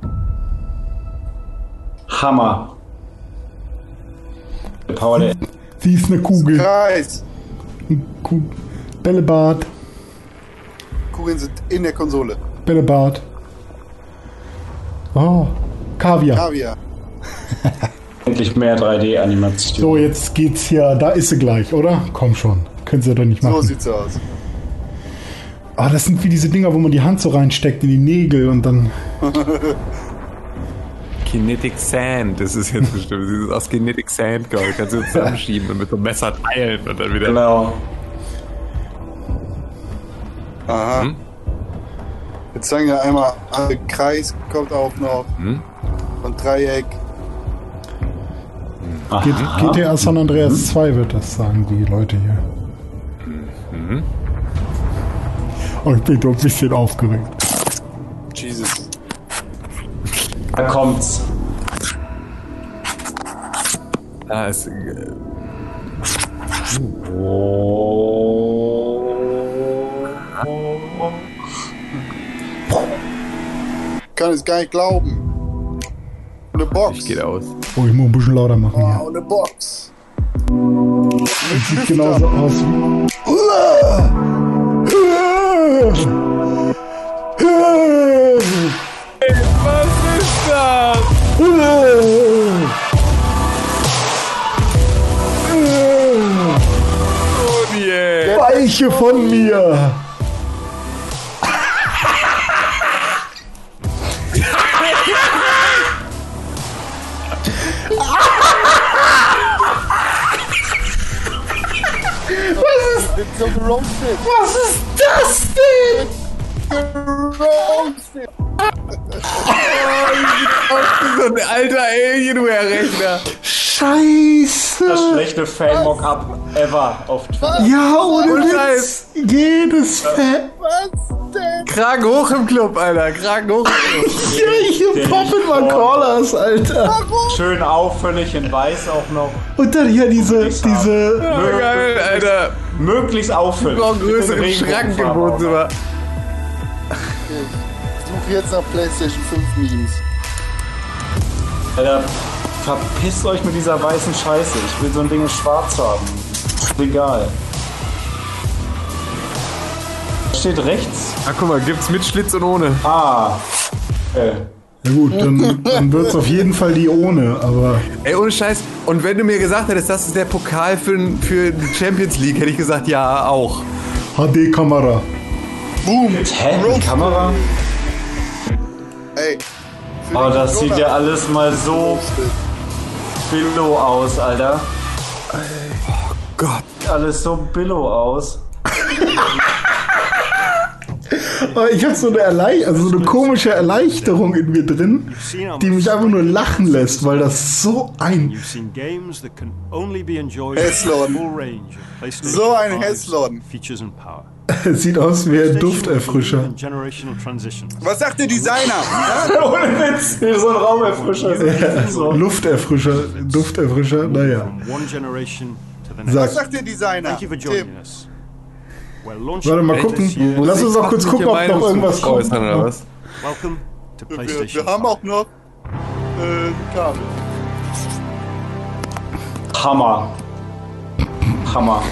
Hammer. Der Power der. Sie ist eine Kugel. Kreis. Ein Ku- Bällebad. Kugeln sind in der Konsole. Bällebad. Oh, Kaviar. Kaviar. Endlich mehr drei D-Animation. So, jetzt geht's hier. Da ist sie gleich, oder? Komm schon. Können sie doch nicht machen. So sieht's aus. Ah, das sind wie diese Dinger, wo man die Hand so reinsteckt in die Nägel und dann. Kinetic Sand, das ist jetzt bestimmt. Das ist aus Kinetic Sand, glaube ich. Kannst du zusammenschieben und mit so einem Messer teilen und dann wieder. Genau. Aha. Hm? Jetzt sagen wir einmal, äh, Kreis kommt auch noch. Hm? Und Dreieck. G- G T A San Andreas zwei wird das sagen, die Leute hier. Mhm. Oh, ich bin doch ein bisschen aufgeregt. Jesus. Da kommt's. Da ist. Äh, Kann es gar nicht glauben. Eine Box. Ich geht aus. Oh, ich muss ein bisschen lauter machen hier. Oh, eine Box. Das sieht genauso aus wie. Was ist das? Oh yeah. Weiche von mir! Was ist, So geroastet. was ist das denn? Geroastet. So ein alter Alienware-Rechner. Scheiße! Das schlechte Fan-Mock-Up ever auf Twitter. Ja, ohne Und Witz! Jedes Fan. Was denn? Kragen hoch im Club, Alter. Kragen hoch im Club. Ja, hier poppen mal Callers, Alter. Schön auffällig in weiß auch noch. Und dann hier diese, diese. Oh, geil, Alter. Möglichst auffällig. Noch größer im Schrank im Wohnzimmer. Ich suche jetzt nach PlayStation fünf Memes. Alter, verpisst euch mit dieser weißen Scheiße. Ich will so ein Ding in schwarz haben. Ist egal. Steht rechts. Ah, guck mal, gibt's mit Schlitz und ohne. Ah. Okay. Na gut, dann, dann wird's auf jeden Fall die ohne, aber. Ey, ohne Scheiß. Und wenn du mir gesagt hättest, das ist der Pokal für, für die Champions League, hätte ich gesagt, ja, auch. H D-Kamera. Boom. Hä? Die Kamera? Ey. Aber das sieht ja alles mal so billo aus, Alter. Oh Gott. Alles so billo aus. Aber ich habe so eine Erleich also so eine komische Erleichterung in mir drin, die mich einfach nur lachen lässt, weil das so ein Hässlon. So ein Hässlon. sieht aus wie ein Dufterfrischer. Was sagt der Designer? Ohne Witz, wie so ein Raumerfrischer. Ja, so. Lufterfrischer, Dufterfrischer, naja. Was sagt der Designer? Tim. Warte mal gucken. Lass uns auch kurz gucken, ob noch irgendwas kommt. Oder was? Wir, wir haben auch noch äh, ein Kabel. Hammer. Hammer.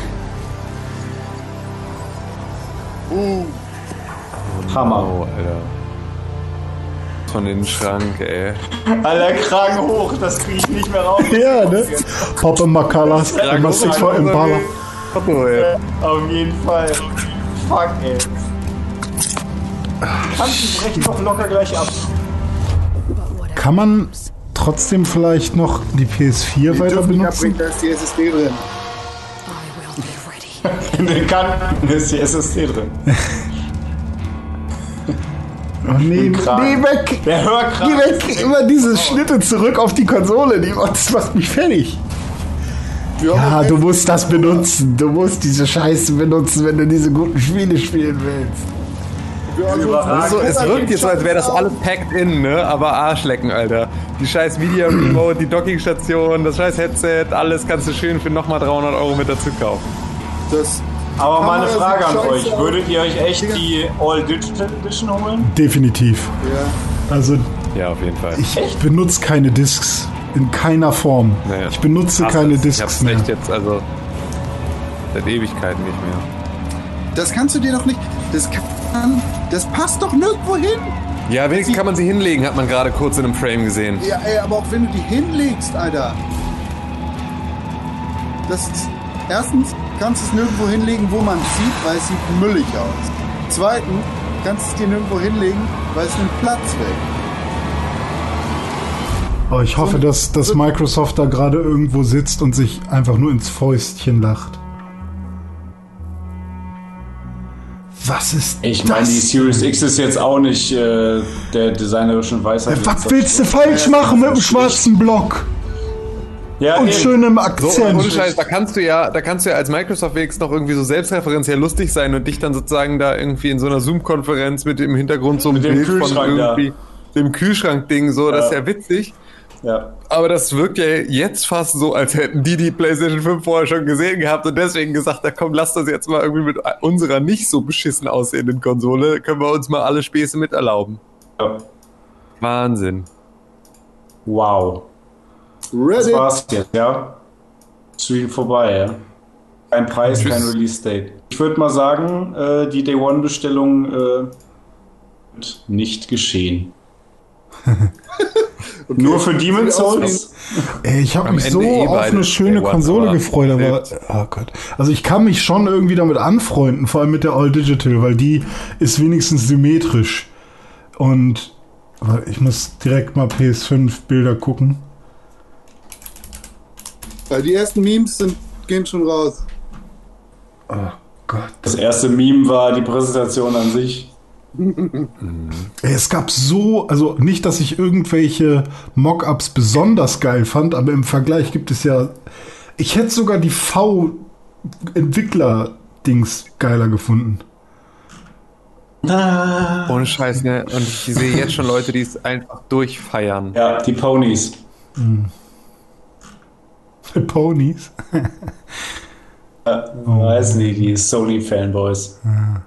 Uh. Hammer. Oh, Alter. Von den Schrank, ey. Alter, Kragen hoch, das krieg ich nicht mehr raus. Ja, ne? Papa Makalas, immer six for Impala. Auf jeden Fall. Fuck, ey. Kannst du brechen doch locker gleich ab. Kann man trotzdem vielleicht noch die P S vier Die weiter dürfen nicht benutzen? abbringen, da ist die S S D drin. In den Kanten ist die S S D drin. Oh nee, nee, weg! Der Hörkragen. Geh weg! Immer diese Schnitte zurück auf die Konsole, die, oh, das macht mich fertig. Ja, du musst das benutzen. Du musst diese Scheiße benutzen, wenn du diese guten Spiele spielen willst. Also, es wirkt jetzt so, als wäre das alles packed in, ne? Aber Arschlecken, Alter. Die scheiß Media Remote, die Dockingstation, das scheiß Headset, alles kannst du schön für nochmal dreihundert Euro mit dazu kaufen. Das Aber mal eine Frage an euch. Würdet ihr euch echt die All-Digital Edition holen? Definitiv. Ja. Also, ja, auf jeden Fall. Ich echt? benutze keine Discs. In keiner Form. Naja. Ich benutze Ach, keine das, Discs ich mehr. Echt jetzt, also seit Ewigkeiten nicht mehr. Das kannst du dir doch nicht. Das kann. Das passt doch nirgendwo hin. Ja, wenigstens kann man sie hinlegen, hat man gerade kurz in einem Frame gesehen. Ja, ey, aber auch wenn du die hinlegst, Alter. Das ist, erstens kannst du es nirgendwo hinlegen, wo man es sieht, weil es sieht müllig aus. Zweitens kannst du es dir nirgendwo hinlegen, weil es nimmt Platz weg. Oh, ich hoffe, dass, dass Microsoft da gerade irgendwo sitzt und sich einfach nur ins Fäustchen lacht. Was ist ich das? meine, die Series X ist jetzt auch nicht äh, der designerischen Weisheit. Ja, was willst du falsch ja, machen mit dem schwarzen Block? Ja, und eben. schönem Akzent. So, Scheiß, da kannst du ja, da kannst du ja als Microsoft wenigstens noch irgendwie so selbstreferenziell lustig sein und dich dann sozusagen da irgendwie in so einer Zoom-Konferenz mit dem Hintergrund so ein Bild von irgendwie ja. dem Kühlschrank-Ding, so, ja. Das ist ja witzig. Ja. Aber das wirkt ja jetzt fast so, als hätten die die PlayStation fünf vorher schon gesehen gehabt und deswegen gesagt, na komm, lass das jetzt mal irgendwie mit unserer nicht so beschissen aussehenden Konsole, können wir uns mal alle Späße miterlauben. Ja. Wahnsinn. Wow. Ready? Das war's jetzt, ja. Stream vorbei, ja. Kein Preis, Tschüss. Kein Release-Date. Ich würde mal sagen, äh, die Day-One-Bestellung äh, wird nicht geschehen. Okay. Nur für Demon's Souls? Ey, ich habe mich so eh auf eine schöne Konsole gefreut, aber oh Gott. Also ich kann mich schon irgendwie damit anfreunden, vor allem mit der All Digital, weil die ist wenigstens symmetrisch. Und ich muss direkt mal P S fünf Bilder gucken. Ja, die ersten Memes sind, gehen schon raus. Oh Gott. Das erste Meme war die Präsentation an sich. Es gab so, also nicht, dass ich irgendwelche Mockups besonders geil fand, aber im Vergleich gibt es ja, ich hätte sogar die V-Entwickler-Dings geiler gefunden. Ah. Ohne Scheiß, ne? Und ich sehe jetzt schon Leute, die es einfach durchfeiern. Ja, die Ponys. Hm. Ponys? Ja, oh. Weiß nicht, die Sony-Fanboys. Ja.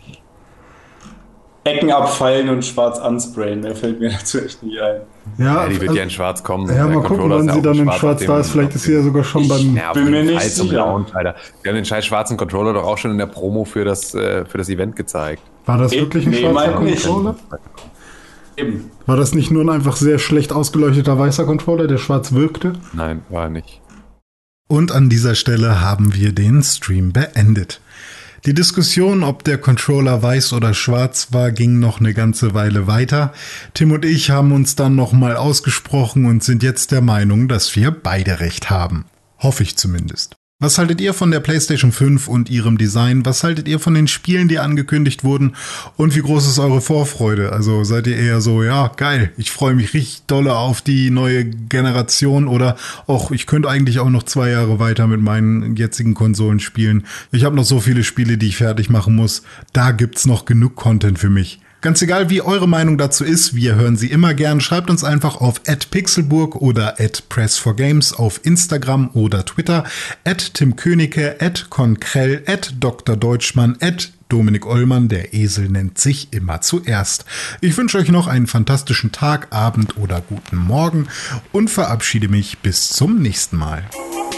Ecken abfeilen und schwarz ansprayen, mehr fällt mir dazu echt nicht ein. Ja, ja die wird also, ja in schwarz kommen. Ja, mal gucken, wann sie dann in schwarz da ist. Vielleicht ist sie ja sogar schon beim... Ja, bin mir nicht sicher. Launch, Alter. Wir haben den scheiß schwarzen Controller doch auch schon in der Promo für das, äh, für das Event gezeigt. War das wirklich ein nee, schwarzer Controller? Eben. War das nicht nur ein einfach sehr schlecht ausgeleuchteter weißer Controller, der schwarz wirkte? Nein, war nicht. Und an dieser Stelle haben wir den Stream beendet. Die Diskussion, ob der Controller weiß oder schwarz war, ging noch eine ganze Weile weiter. Tim und ich haben uns dann nochmal ausgesprochen und sind jetzt der Meinung, dass wir beide recht haben. Hoffe ich zumindest. Was haltet ihr von der PlayStation fünf und ihrem Design? Was haltet ihr von den Spielen, die angekündigt wurden? Und wie groß ist eure Vorfreude? Also seid ihr eher so, ja, geil, ich freue mich richtig dolle auf die neue Generation oder auch, ich könnte eigentlich auch noch zwei Jahre weiter mit meinen jetzigen Konsolen spielen. Ich habe noch so viele Spiele, die ich fertig machen muss. Da gibt's noch genug Content für mich. Ganz egal, wie eure Meinung dazu ist, wir hören sie immer gern. Schreibt uns einfach auf at pixelburg oder at press for games auf Instagram oder Twitter, at Tim Königke, at Konkrell, at Doktor Deutschmann, at Dominik Ollmann, der Esel nennt sich immer zuerst. Ich wünsche euch noch einen fantastischen Tag, Abend oder guten Morgen und verabschiede mich bis zum nächsten Mal.